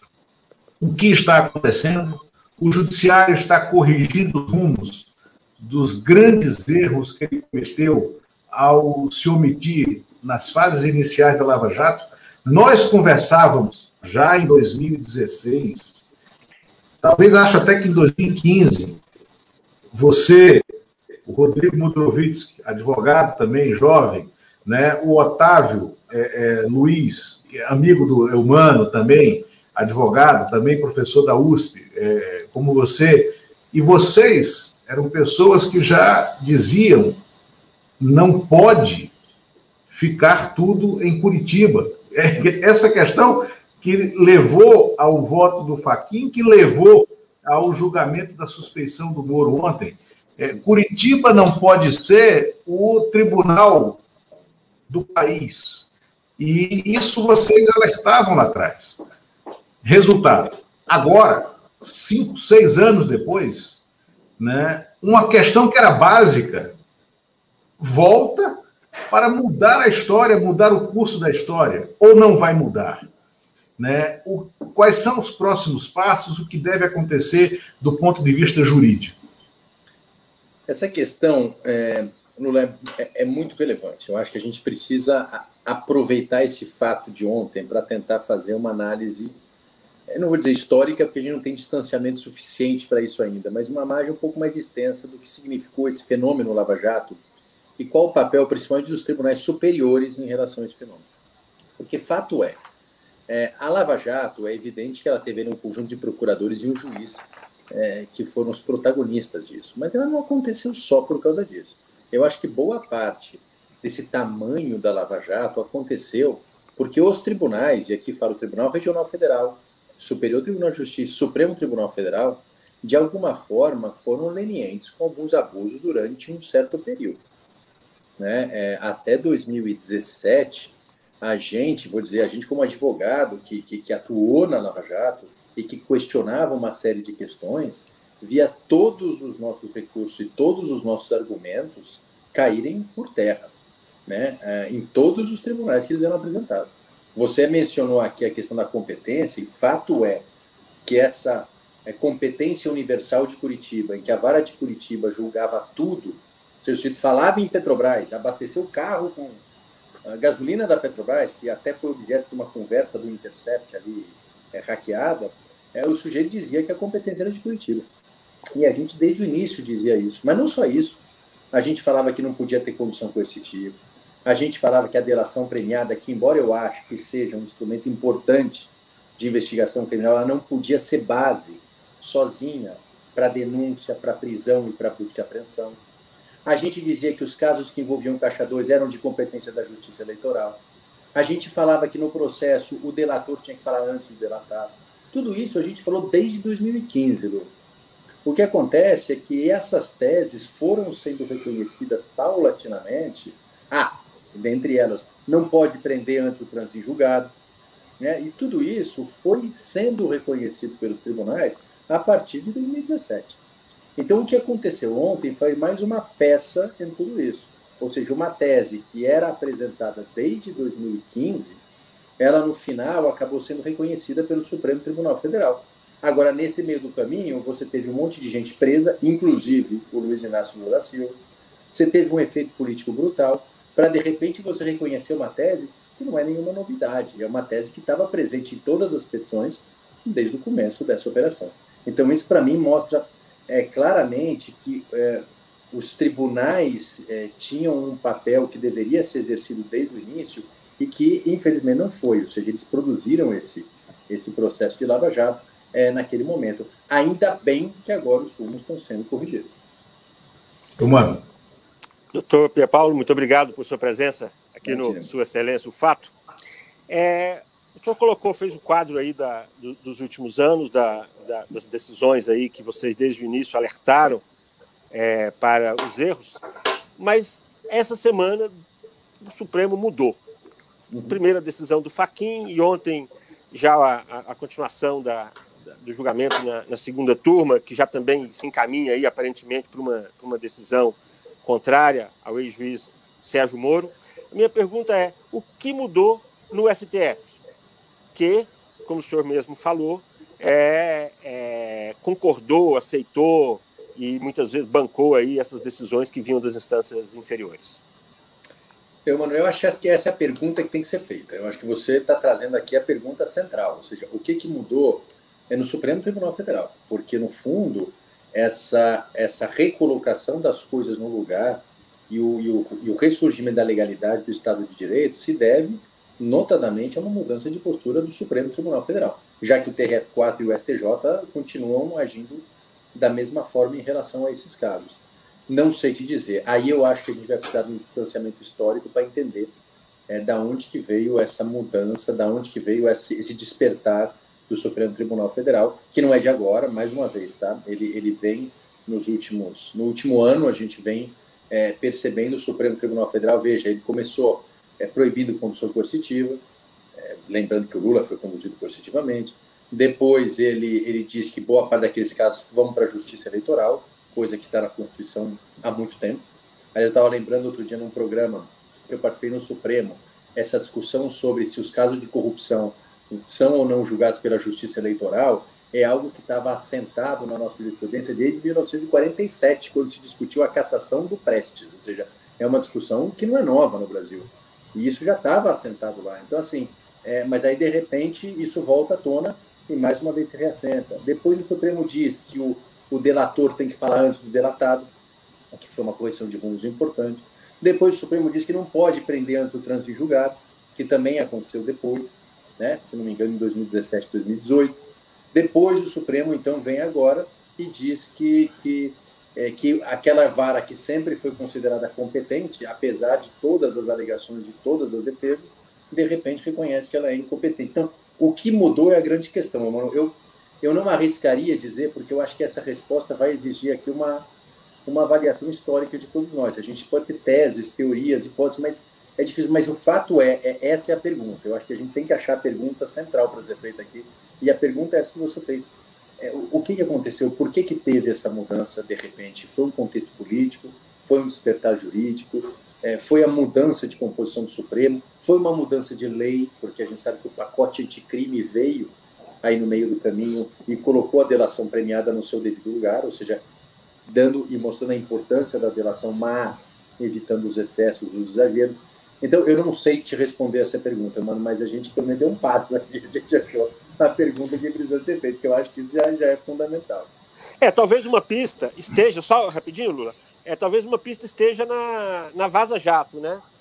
o que está acontecendo? O judiciário está corrigindo os rumos dos grandes erros que ele cometeu ao se omitir nas fases iniciais da Lava Jato. Nós conversávamos já em dois mil e dezesseis, talvez acho até que em dois mil e quinze, você, o Rodrigo Mudrovitsky, advogado também, jovem, né, o Otávio é, é, Luiz, que é amigo do Eumano também, advogado, também professor da U S P, é, como você, e vocês eram pessoas que já diziam não pode ficar tudo em Curitiba. Essa questão que levou ao voto do Fachin, que levou ao julgamento da suspeição do Moro ontem. É, Curitiba não pode ser o tribunal do país. E isso vocês alertavam lá atrás. Resultado. Agora, cinco, seis anos depois, né, uma questão que era básica volta para mudar a história, mudar o curso da história, ou não vai mudar? Né? O, quais são os próximos passos, o que deve acontecer do ponto de vista jurídico? Essa questão, é, Lula, é, é muito relevante. Eu acho que a gente precisa aproveitar esse fato de ontem para tentar fazer uma análise, eu não vou dizer histórica, porque a gente não tem distanciamento suficiente para isso ainda, mas uma margem um pouco mais extensa do que significou esse fenômeno Lava Jato e qual o papel, principalmente, dos tribunais superiores em relação a esse fenômeno. Porque fato é, é a Lava Jato, é evidente que ela teve um conjunto de procuradores e um juiz é, que foram os protagonistas disso, mas ela não aconteceu só por causa disso. Eu acho que boa parte desse tamanho da Lava Jato aconteceu porque os tribunais, e aqui falo o Tribunal Regional Federal, Superior Tribunal de Justiça, Supremo Tribunal Federal, de alguma forma foram lenientes com alguns abusos durante um certo período. Né? É, até dois mil e dezessete, a gente, vou dizer, a gente como advogado que, que, que atuou na Lava Jato e que questionava uma série de questões, via todos os nossos recursos e todos os nossos argumentos caírem por terra, né? É, em todos os tribunais que eles eram apresentados. Você mencionou aqui a questão da competência, e fato é que essa é, competência universal de Curitiba, em que a vara de Curitiba julgava tudo, se você falava em Petrobras, abasteceu o carro com a gasolina da Petrobras, que até foi objeto de uma conversa do Intercept ali, é, hackeada, é, o sujeito dizia que a competência era de Curitiba. E a gente, desde o início, dizia isso. Mas não só isso. A gente falava que não podia ter condição coercitiva. A gente falava que a delação premiada, que embora eu ache que seja um instrumento importante de investigação criminal, ela não podia ser base sozinha para denúncia, para prisão e para busca e apreensão. A gente dizia que os casos que envolviam Caixa dois eram de competência da Justiça Eleitoral. A gente falava que no processo o delator tinha que falar antes do delatado. Tudo isso a gente falou desde dois mil e quinze, Lu. O que acontece é que essas teses foram sendo reconhecidas paulatinamente. Ah, dentre elas, não pode prender antes do trânsito em julgado, né? E tudo isso foi sendo reconhecido pelos tribunais a partir de dois mil e dezessete. Então, o que aconteceu ontem foi mais uma peça em tudo isso. Ou seja, uma tese que era apresentada desde dois mil e quinze, ela, no final, acabou sendo reconhecida pelo Supremo Tribunal Federal. Agora, nesse meio do caminho, você teve um monte de gente presa, inclusive o Luiz Inácio Lula da Silva. Você teve um efeito político brutal, para, de repente, você reconhecer uma tese que não é nenhuma novidade. É uma tese que estava presente em todas as petições desde o começo dessa operação. Então, isso, para mim, mostra é, claramente que é, os tribunais é, tinham um papel que deveria ser exercido desde o início e que, infelizmente, não foi. Ou seja, eles produziram esse, esse processo de Lava Jato é, naquele momento. Ainda bem que agora os rumos estão sendo corrigidos. Humano. Doutor Pierre Paulo, muito obrigado por sua presença aqui no Sua Excelência, o Fato. É, o senhor colocou, fez o um quadro aí da, do, dos últimos anos, da, da, das decisões aí que vocês desde o início alertaram é, para os erros, mas essa semana o Supremo mudou. A primeira decisão do Fachin e ontem já a, a, a continuação da, da, do julgamento na, na segunda turma, que já também se encaminha aí aparentemente para uma, para uma decisão contrária ao ex-juiz Sérgio Moro. A minha pergunta é, o que mudou no S T F? Que, como o senhor mesmo falou, é, é, concordou, aceitou e muitas vezes bancou aí essas decisões que vinham das instâncias inferiores. Eu, mano, eu acho que essa é a pergunta que tem que ser feita. Eu acho que você está trazendo aqui a pergunta central, ou seja, o que, que mudou é no Supremo Tribunal Federal, porque, no fundo, essa, essa recolocação das coisas no lugar e o, e, o, e o ressurgimento da legalidade do Estado de Direito se deve, notadamente, a uma mudança de postura do Supremo Tribunal Federal, já que o T R F quatro e o S T J continuam agindo da mesma forma em relação a esses casos. Não sei te dizer. Aí eu acho que a gente vai precisar de um distanciamento histórico para entender é, da onde que veio essa mudança, da onde que veio esse, esse despertar do Supremo Tribunal Federal, que não é de agora, mais uma vez, tá? Ele, ele vem nos últimos... No último ano, a gente vem é, percebendo o Supremo Tribunal Federal, veja, ele começou é, proibindo condução coercitiva, é, lembrando que o Lula foi conduzido coercitivamente, depois ele, ele diz que boa parte daqueles casos vão para a Justiça Eleitoral, coisa que está na Constituição há muito tempo. Aí eu estava lembrando outro dia num programa que eu participei no Supremo, essa discussão sobre se os casos de corrupção são ou não julgados pela Justiça Eleitoral, é algo que estava assentado na nossa jurisprudência desde mil novecentos e quarenta e sete, quando se discutiu a cassação do Prestes, ou seja, é uma discussão que não é nova no Brasil. E isso já estava assentado lá. Então, assim, é, mas aí, de repente, isso volta à tona e mais uma vez se reassenta. Depois o Supremo diz que o o delator tem que falar antes do delatado, que foi uma correção de rumos importante. Depois o Supremo diz que não pode prender antes do trânsito em julgado, que também aconteceu depois, né? Se não me engano, em dois mil e dezessete, dois mil e dezoito. Depois o Supremo, então, vem agora e diz que, que, é, que aquela vara que sempre foi considerada competente, apesar de todas as alegações de todas as defesas, de repente reconhece que ela é incompetente. Então, o que mudou é a grande questão. Eu Eu não arriscaria dizer, porque eu acho que essa resposta vai exigir aqui uma, uma avaliação histórica de todos nós. A gente pode ter teses, teorias, hipóteses, mas é difícil. Mas o fato é, é essa é a pergunta. Eu acho que a gente tem que achar a pergunta central para ser feita aqui. E a pergunta é essa que você fez. É, o, o que, que aconteceu? Por que, que teve essa mudança de repente? Foi um contexto político? Foi um despertar jurídico? É, foi a mudança de composição do Supremo? Foi uma mudança de lei? Porque a gente sabe que o pacote anticrime veio aí no meio do caminho e colocou a delação premiada no seu devido lugar, ou seja, dando e mostrando a importância da delação, mas evitando os excessos, os exageros. Então, eu não sei te responder essa pergunta, mano, mas a gente também deu um passo aqui, a gente achou a pergunta que precisa ser feita, porque eu acho que isso já, já é fundamental. É, talvez uma pista esteja, só rapidinho, Lula, é, talvez uma pista esteja na, na Vaza Jato, né?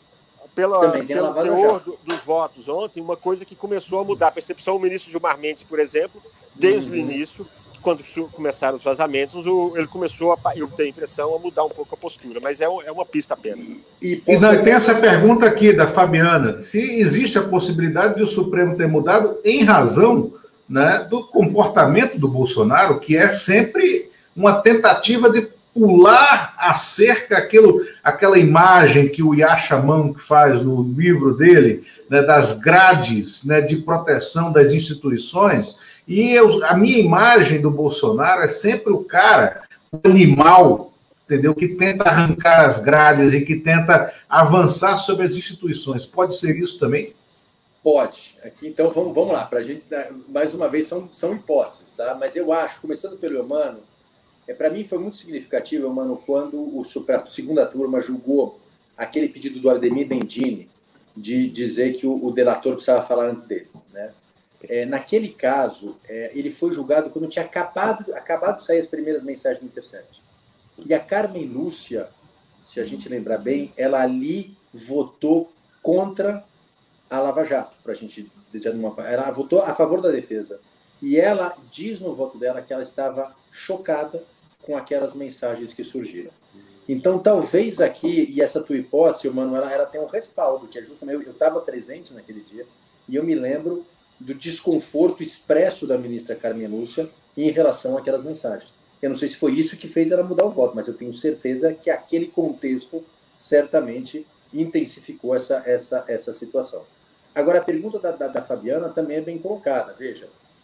pela, pelo teor do, dos votos ontem, uma coisa que começou a mudar a percepção. O ministro Gilmar Mendes, por exemplo, desde uhum. o início, quando começaram os vazamentos, o, ele começou, a, eu tenho a impressão, a mudar um pouco a postura, mas é, é uma pista apenas. E, e, e não, tem essa pergunta aqui da Fabiana, se existe a possibilidade de o Supremo ter mudado em razão, né, do comportamento do Bolsonaro, que é sempre uma tentativa de pular a cerca, aquilo, aquela imagem que o Yasha Monk faz no livro dele, né, das grades, né, de proteção das instituições. E eu, a minha imagem do Bolsonaro é sempre o cara, o animal, entendeu? Que tenta arrancar as grades e que tenta avançar sobre as instituições. Pode ser isso também? Pode. Aqui, então, vamos, vamos lá. Para a gente, mais uma vez, são, são hipóteses, tá? Mas eu acho, começando pelo Eumano, é, para mim foi muito significativo, Eumano, quando o, a segunda turma julgou aquele pedido do Ardemir Bendini de dizer que o, o delator precisava falar antes dele, né? É, naquele caso, é, ele foi julgado quando tinha acabado, acabado de sair as primeiras mensagens do Intercept. E a Carmen Lúcia, se a gente lembrar bem, ela ali votou contra a Lava Jato, para a gente dizer uma, ela votou a favor da defesa. E ela diz no voto dela que ela estava chocada com aquelas mensagens que surgiram. Então, talvez aqui, e essa tua hipótese, Manuela, ela tem um respaldo, que é justamente, eu estava presente naquele dia, e eu me lembro do desconforto expresso da ministra Carmen Lúcia em relação àquelas mensagens. Eu não sei se foi isso que fez ela mudar o voto, mas eu tenho certeza que aquele contexto certamente intensificou essa, essa, essa situação. Agora, a pergunta da, da, da Fabiana também é bem colocada. Veja,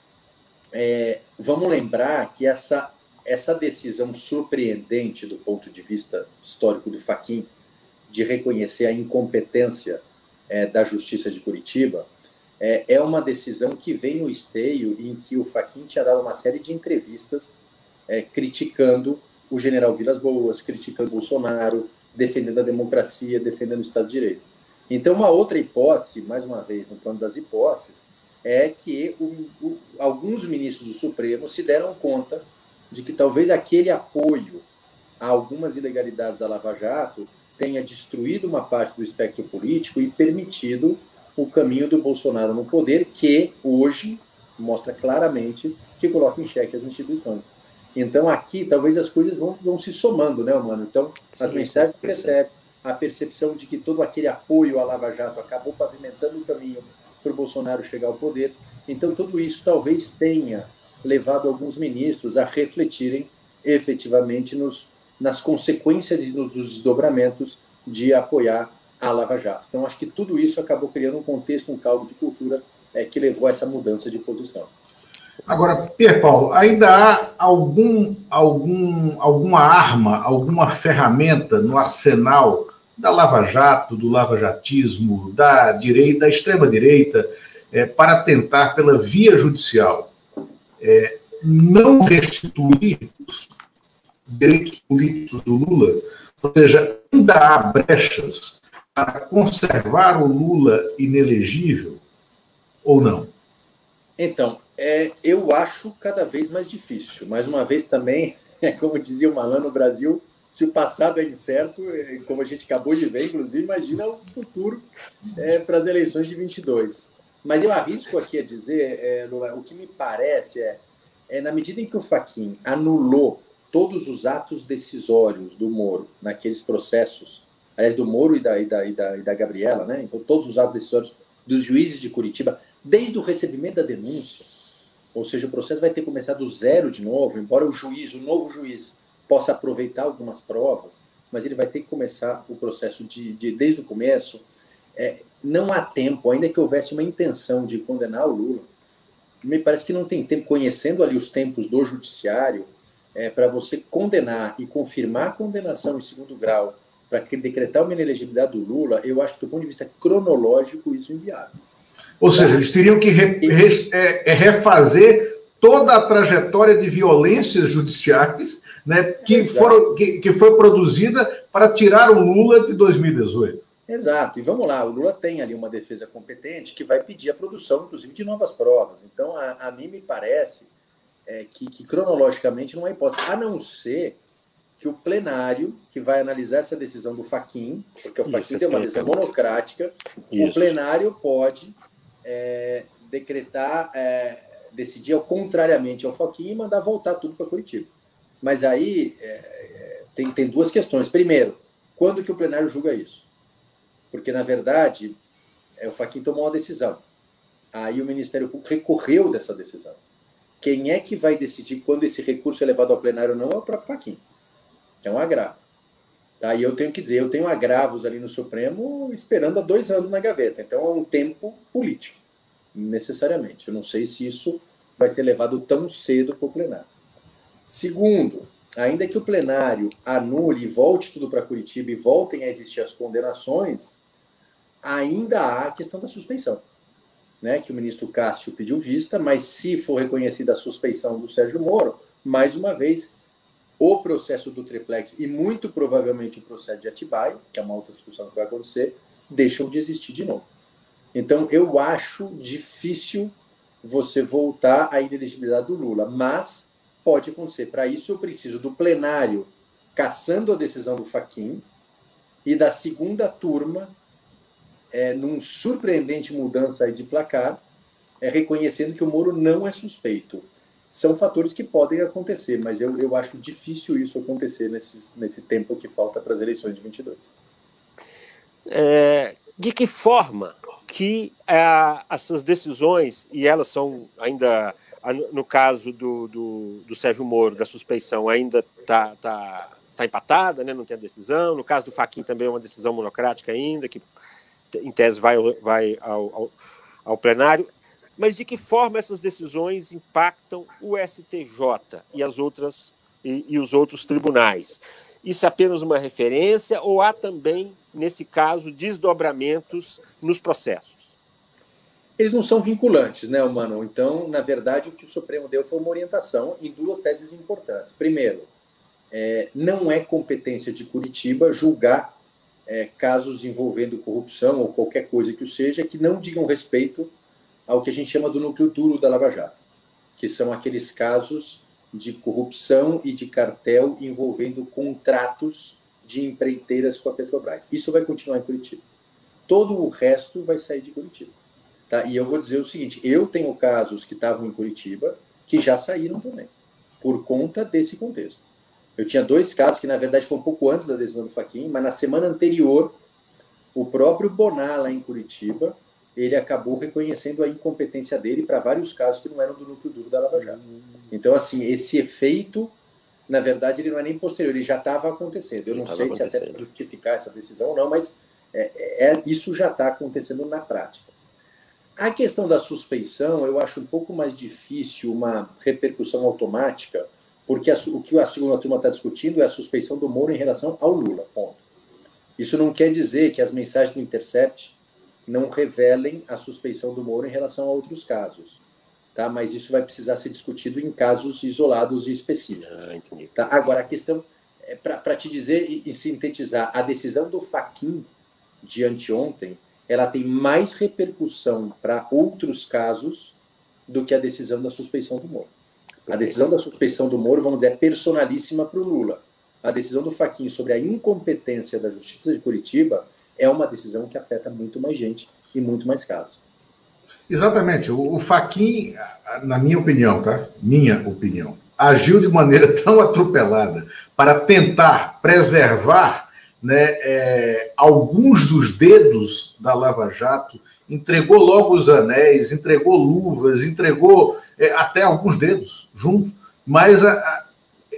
é, vamos lembrar que essa, essa decisão surpreendente do ponto de vista histórico do Fachin de reconhecer a incompetência é, da Justiça de Curitiba É, é uma decisão que vem no esteio em que o Fachin tinha dado uma série de entrevistas é, criticando o general Vilas Boas, criticando o Bolsonaro, defendendo a democracia, defendendo o Estado de Direito. Então, uma outra hipótese, mais uma vez, no plano das hipóteses, é que o, o, alguns ministros do Supremo se deram conta de que talvez aquele apoio a algumas ilegalidades da Lava Jato tenha destruído uma parte do espectro político e permitido o caminho do Bolsonaro no poder, que hoje mostra claramente que coloca em xeque as instituições. Então, aqui, talvez as coisas vão, vão se somando, né, mano? Então, as Sim, mensagens que percebe, a percepção de que todo aquele apoio à Lava Jato acabou pavimentando o caminho para o Bolsonaro chegar ao poder. Então, tudo isso talvez tenha levado alguns ministros a refletirem efetivamente nos, nas consequências, nos desdobramentos de apoiar a Lava Jato. Então, acho que tudo isso acabou criando um contexto, um caldo de cultura é, que levou a essa mudança de posição. Agora, Pierre Paulo, ainda há algum, algum, alguma arma, alguma ferramenta no arsenal da Lava Jato, do lavajatismo, da direita, da extrema-direita, é, para tentar, pela via judicial, é, não restituir os direitos políticos do Lula? Ou seja, ainda há brechas para conservar o Lula inelegível ou não? Então, é, eu acho cada vez mais difícil. Mais uma vez também, é como dizia o Malan no Brasil, se o passado é incerto, como a gente acabou de ver, inclusive, imagina o futuro é, para as eleições de vinte e dois. Mas eu arrisco aqui a dizer, é, o que me parece é, é, na medida em que o Fachin anulou todos os atos decisórios do Moro naqueles processos, aliás, do Moro e da, e da, e da, e da Gabriela, né? Então, todos os atos decisórios dos juízes de Curitiba, desde o recebimento da denúncia, ou seja, o processo vai ter que começar do zero de novo, embora o juiz, o novo juiz, possa aproveitar algumas provas, mas ele vai ter que começar o processo de, de, desde o começo. É, não há tempo, ainda que houvesse uma intenção de condenar o Lula, me parece que não tem tempo, conhecendo ali os tempos do judiciário, é, para você condenar e confirmar a condenação em segundo grau, para decretar uma inelegibilidade do Lula, eu acho que do ponto de vista cronológico isso é inviável. Ou seja, eles teriam que re, re, é, refazer toda a trajetória de violências judiciais, né, que, foram, que, que foi produzida para tirar o Lula de dois mil e dezoito. Exato. E vamos lá, o Lula tem ali uma defesa competente que vai pedir a produção, inclusive, de novas provas. Então, a, a mim me parece é, que, que cronologicamente não há hipótese, a não ser que o plenário, que vai analisar essa decisão do Fachin, porque o Fachin tem uma decisão exatamente. monocrática, Isso. o plenário pode é, decretar, é, decidir ao contrariamente ao Fachin e mandar voltar tudo para Curitiba. Mas aí é, tem, tem duas questões. Primeiro, quando que o plenário julga isso? Porque, na verdade, é, o Fachin tomou uma decisão. Aí o Ministério Público recorreu dessa decisão. Quem é que vai decidir quando esse recurso é levado ao plenário ou não é o próprio Fachin. É um agravo. Tá? E eu tenho que dizer, eu tenho agravos ali no Supremo esperando há dois anos na gaveta. Então é um tempo político, necessariamente. Eu não sei se isso vai ser levado tão cedo para o plenário. Segundo, ainda que o plenário anule e volte tudo para Curitiba e voltem a existir as condenações, ainda há a questão da suspeição, né? Que o ministro Cássio pediu vista, mas se for reconhecida a suspeição do Sérgio Moro, mais uma vez, o processo do triplex e muito provavelmente o processo de Atibaia, que é uma outra discussão que vai acontecer, deixam de existir de novo. Então, eu acho difícil você voltar à inelegibilidade do Lula, mas pode acontecer. Para isso, eu preciso do plenário cassando a decisão do Fachin e da segunda turma, é, num surpreendente mudança aí de placar, é, reconhecendo que o Moro não é suspeito. São fatores que podem acontecer, mas eu, eu acho difícil isso acontecer nesse, nesse tempo que falta para as eleições de vinte e dois. É, de que forma que é, essas decisões, e elas são ainda, no caso do, do, do Sérgio Moro, da suspeição, ainda está tá, tá empatada, né, não tem a decisão. No caso do Fachin também é uma decisão monocrática ainda, que em tese vai, vai ao, ao, ao plenário. Mas de que forma essas decisões impactam o S T J e, as outras, e, e os outros tribunais? Isso é apenas uma referência ou há também, nesse caso, desdobramentos nos processos? Eles não são vinculantes, né, Mano? Então, na verdade, o que o Supremo deu foi uma orientação em duas teses importantes. Primeiro, é, não é competência de Curitiba julgar é, casos envolvendo corrupção ou qualquer coisa que o seja que não digam respeito ao que a gente chama do núcleo duro da Lava Jato, que são aqueles casos de corrupção e de cartel envolvendo contratos de empreiteiras com a Petrobras. Isso vai continuar em Curitiba. Todo o resto vai sair de Curitiba. Tá? E eu vou dizer o seguinte, eu tenho casos que estavam em Curitiba que já saíram também, por conta desse contexto. Eu tinha dois casos que, na verdade, foram um pouco antes da decisão do Fachin, mas na semana anterior, o próprio Bonar, lá em Curitiba, ele acabou reconhecendo a incompetência dele para vários casos que não eram do núcleo duro da Lava Jato. Então, assim, esse efeito, na verdade, ele não é nem posterior, ele já estava acontecendo. Eu não sei se até para justificar essa decisão ou não, mas é, é, isso já está acontecendo na prática. A questão da suspeição, eu acho um pouco mais difícil uma repercussão automática, porque a, o que a segunda turma está discutindo é a suspeição do Moro em relação ao Lula, ponto. Isso não quer dizer que as mensagens do Intercept não revelem a suspeição do Moro em relação a outros casos. Tá? Mas isso vai precisar ser discutido em casos isolados e específicos. Ah, tá? Agora, a questão, é para te dizer e, e sintetizar, a decisão do Fachin de anteontem, ela tem mais repercussão para outros casos do que a decisão da suspeição do Moro. A decisão da suspeição do Moro, vamos dizer, é personalíssima para o Lula. A decisão do Fachin sobre a incompetência da Justiça de Curitiba é uma decisão que afeta muito mais gente e muito mais casos. Exatamente. O, o Fachin, na minha opinião, tá? Minha opinião, agiu de maneira tão atropelada para tentar preservar, né, é, alguns dos dedos da Lava Jato, entregou logo os anéis, entregou luvas, entregou é, até alguns dedos junto, mas a, a,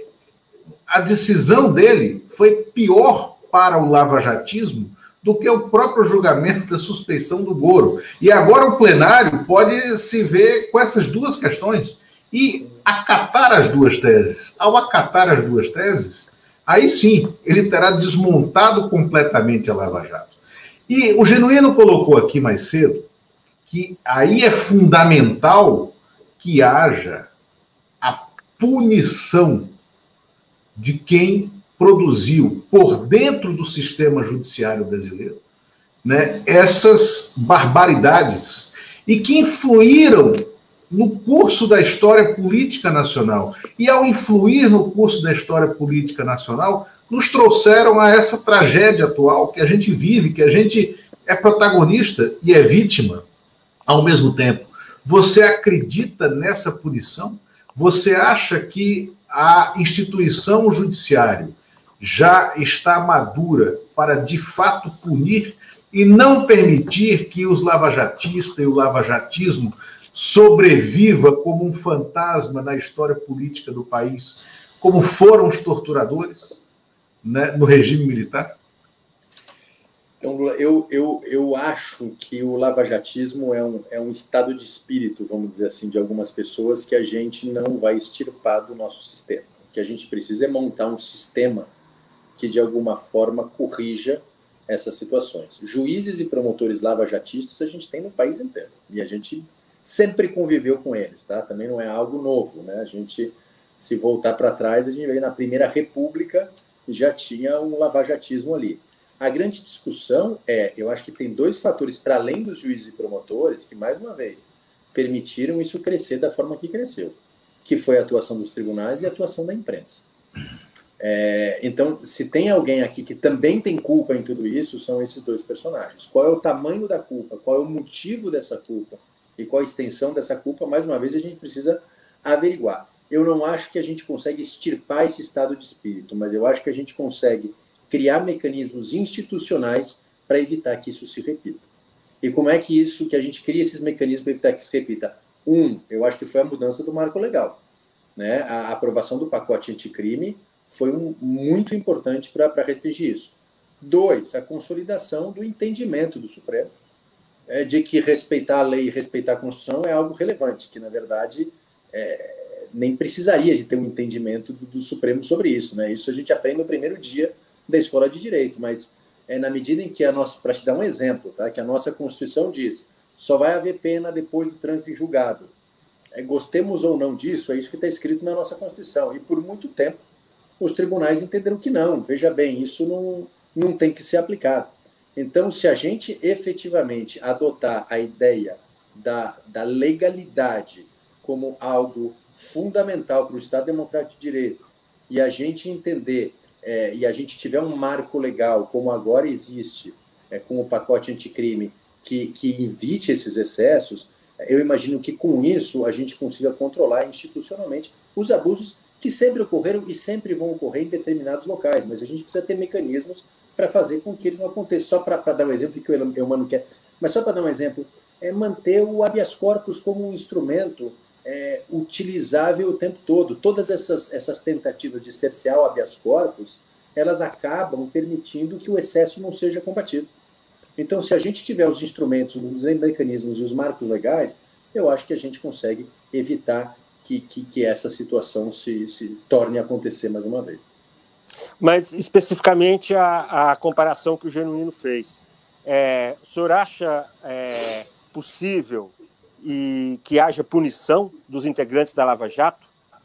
a decisão dele foi pior para o lavajatismo do que o próprio julgamento da suspeição do Moro. E agora o plenário pode se ver com essas duas questões e acatar as duas teses. Ao acatar as duas teses, aí sim, ele terá desmontado completamente a Lava Jato. E o Genuíno colocou aqui mais cedo que aí é fundamental que haja a punição de quem produziu por dentro do sistema judiciário brasileiro, né, essas barbaridades e que influíram no curso da história política nacional. E, ao influir no curso da história política nacional, nos trouxeram a essa tragédia atual que a gente vive, que a gente é protagonista e é vítima ao mesmo tempo. Você acredita nessa punição? Você acha que a instituição judiciária já está madura para, de fato, punir e não permitir que os lavajatistas e o lavajatismo sobreviva como um fantasma na história política do país, como foram os torturadores, né, no regime militar? Então, Lula, eu, eu, eu acho que o lavajatismo é um, é um estado de espírito, vamos dizer assim, de algumas pessoas que a gente não vai extirpar do nosso sistema. O que a gente precisa é montar um sistema que, de alguma forma, corrija essas situações. Juízes e promotores lavajatistas a gente tem no país inteiro. E a gente sempre conviveu com eles, tá? Também não é algo novo, né? A gente, se voltar para trás, a gente veio na Primeira República e já tinha um lavajatismo ali. A grande discussão é, eu acho que tem dois fatores, para além dos juízes e promotores, que, mais uma vez, permitiram isso crescer da forma que cresceu, que foi a atuação dos tribunais e a atuação da imprensa. É, então, se tem alguém aqui que também tem culpa em tudo isso, são esses dois personagens. Qual é o tamanho da culpa? Qual é o motivo dessa culpa? E qual a extensão dessa culpa? Mais uma vez, a gente precisa averiguar. Eu não acho que a gente consegue extirpar esse estado de espírito, mas eu acho que a gente consegue criar mecanismos institucionais para evitar que isso se repita. E como é que isso, que a gente cria esses mecanismos para evitar que se repita? Um, eu acho que foi a mudança do marco legal, né? A aprovação do pacote anticrime foi um, muito importante para restringir isso. Dois, a consolidação do entendimento do Supremo é, de que respeitar a lei e respeitar a Constituição é algo relevante, que, na verdade, é, nem precisaria de ter um entendimento do, do Supremo sobre isso, né? Isso a gente aprende no primeiro dia da Escola de Direito, mas é na medida em que a nossa, para te dar um exemplo, tá? Que a nossa Constituição diz, só vai haver pena depois do trânsito em julgado. É, gostemos ou não disso, é isso que está escrito na nossa Constituição. E por muito tempo os tribunais entenderam que não. Veja bem, isso não, não tem que ser aplicado. Então, se a gente efetivamente adotar a ideia da, da legalidade como algo fundamental para o Estado Democrático de Direito, e a gente entender, é, e a gente tiver um marco legal, como agora existe, é, com o pacote anticrime, que, que evite esses excessos, eu imagino que com isso a gente consiga controlar institucionalmente os abusos que sempre ocorreram e sempre vão ocorrer em determinados locais, mas a gente precisa ter mecanismos para fazer com que eles não aconteçam. Só para dar um exemplo que o Eumano quer, mas só para dar um exemplo, é manter o habeas corpus como um instrumento é, utilizável o tempo todo. Todas essas, essas tentativas de cercear o habeas corpus, elas acabam permitindo que o excesso não seja combatido. Então, se a gente tiver os instrumentos, os mecanismos e os marcos legais, eu acho que a gente consegue evitar Que, que, que essa situação se, se torne a acontecer mais uma vez. Mas, especificamente, a, a comparação que o Genuíno fez. É, o senhor acha é, possível e que haja punição dos integrantes da Lava Jato?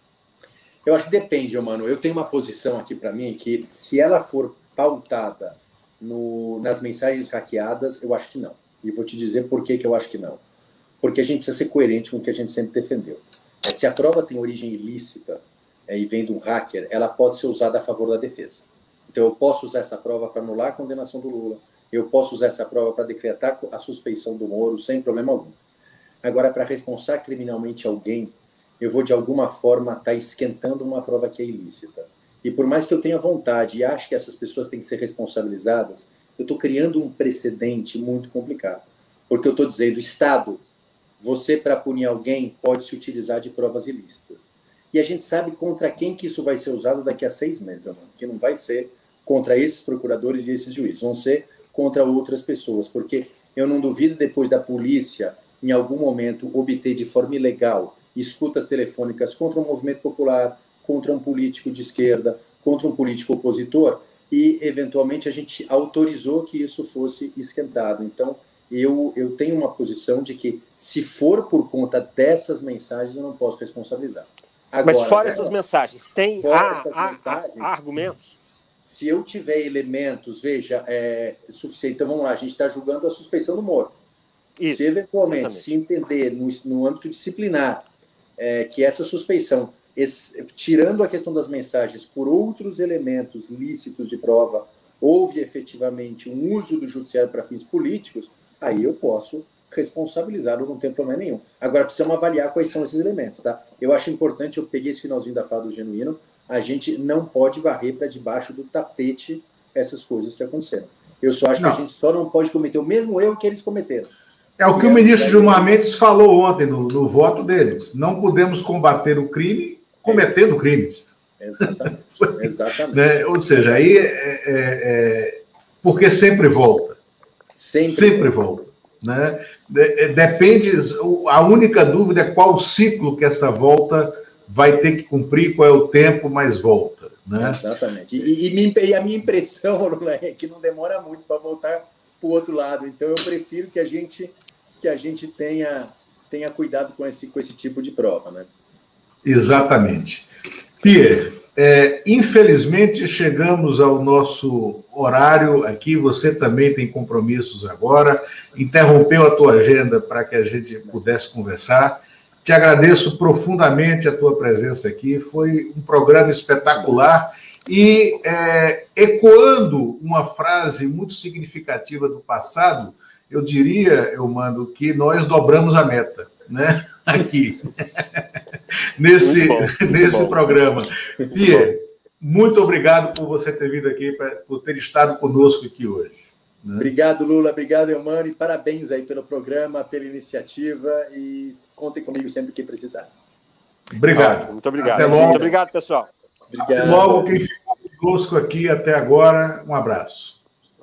Eu acho que depende, mano. Eu tenho uma posição aqui para mim que, se ela for pautada no, nas mensagens hackeadas, eu acho que não. E vou te dizer por que, que eu acho que não. Porque a gente precisa ser coerente com o que a gente sempre defendeu. Se a prova tem origem ilícita é, e vem de um hacker, ela pode ser usada a favor da defesa. Então, eu posso usar essa prova para anular a condenação do Lula, eu posso usar essa prova para decretar a suspeição do Moro, sem problema algum. Agora, para responsar criminalmente alguém, eu vou, de alguma forma, estar tá esquentando uma prova que é ilícita. E por mais que eu tenha vontade e ache que essas pessoas têm que ser responsabilizadas, eu estou criando um precedente muito complicado. Porque eu estou dizendo, Estado, você, para punir alguém, pode se utilizar de provas ilícitas. E a gente sabe contra quem que isso vai ser usado daqui a seis meses, mano, que não vai ser contra esses procuradores e esses juízes, vão ser contra outras pessoas, porque eu não duvido, depois da polícia, em algum momento, obter de forma ilegal escutas telefônicas contra um movimento popular, contra um político de esquerda, contra um político opositor, e, eventualmente, a gente autorizou que isso fosse esquentado. Então, Eu, eu tenho uma posição de que, se for por conta dessas mensagens, eu não posso responsabilizar. Agora, mas fora essas mensagens, tem há, essas há, mensagens, há argumentos? Se eu tiver elementos, veja, é suficiente. Então, vamos lá, a gente está julgando a suspeição do Moro. Isso, se eventualmente exatamente. se entender no, no âmbito disciplinar é, que essa suspeição, esse, tirando a questão das mensagens por outros elementos lícitos de prova, houve efetivamente um uso do judiciário para fins políticos, aí eu posso responsabilizá-lo, não tem problema nenhum. Agora, precisamos avaliar quais são esses elementos, tá? Eu acho importante, eu peguei esse finalzinho da fala do Genuíno, a gente não pode varrer para debaixo do tapete essas coisas que aconteceram. Eu só acho não. que a gente só não pode cometer o mesmo erro que eles cometeram. É o que e o ministro Gilmar Mendes falou ontem no, no voto deles. Não podemos combater o crime cometendo crimes. Exatamente. Exatamente. Né? Ou seja, aí é, é, é, porque sempre volta. Sempre, sempre volta. volta. Né? Depende, a única dúvida é qual o ciclo que essa volta vai ter que cumprir, qual é o tempo, mas volta. Né? Exatamente. E, e, e a minha impressão, Lula, é que não demora muito para voltar para o outro lado. Então, eu prefiro que a gente, que a gente tenha, tenha cuidado com esse, com esse tipo de prova. Né? Exatamente. Pierre, é, infelizmente chegamos ao nosso horário aqui, você também tem compromissos agora, interrompeu a tua agenda para que a gente pudesse conversar. Te agradeço profundamente a tua presença aqui, foi um programa espetacular e é, ecoando uma frase muito significativa do passado, eu diria, Eumano, que nós dobramos a meta, né? Aqui, nesse, muito bom, muito nesse bom. programa. Pierre, muito obrigado por você ter vindo aqui, por ter estado conosco aqui hoje. Né? Obrigado, Lula, obrigado, Eumano, e parabéns aí pelo programa, pela iniciativa, e contem comigo sempre que precisar. Obrigado. Ah, muito obrigado. Até logo. Muito obrigado, pessoal. Obrigado. Até logo, quem ficou conosco aqui até agora, um abraço.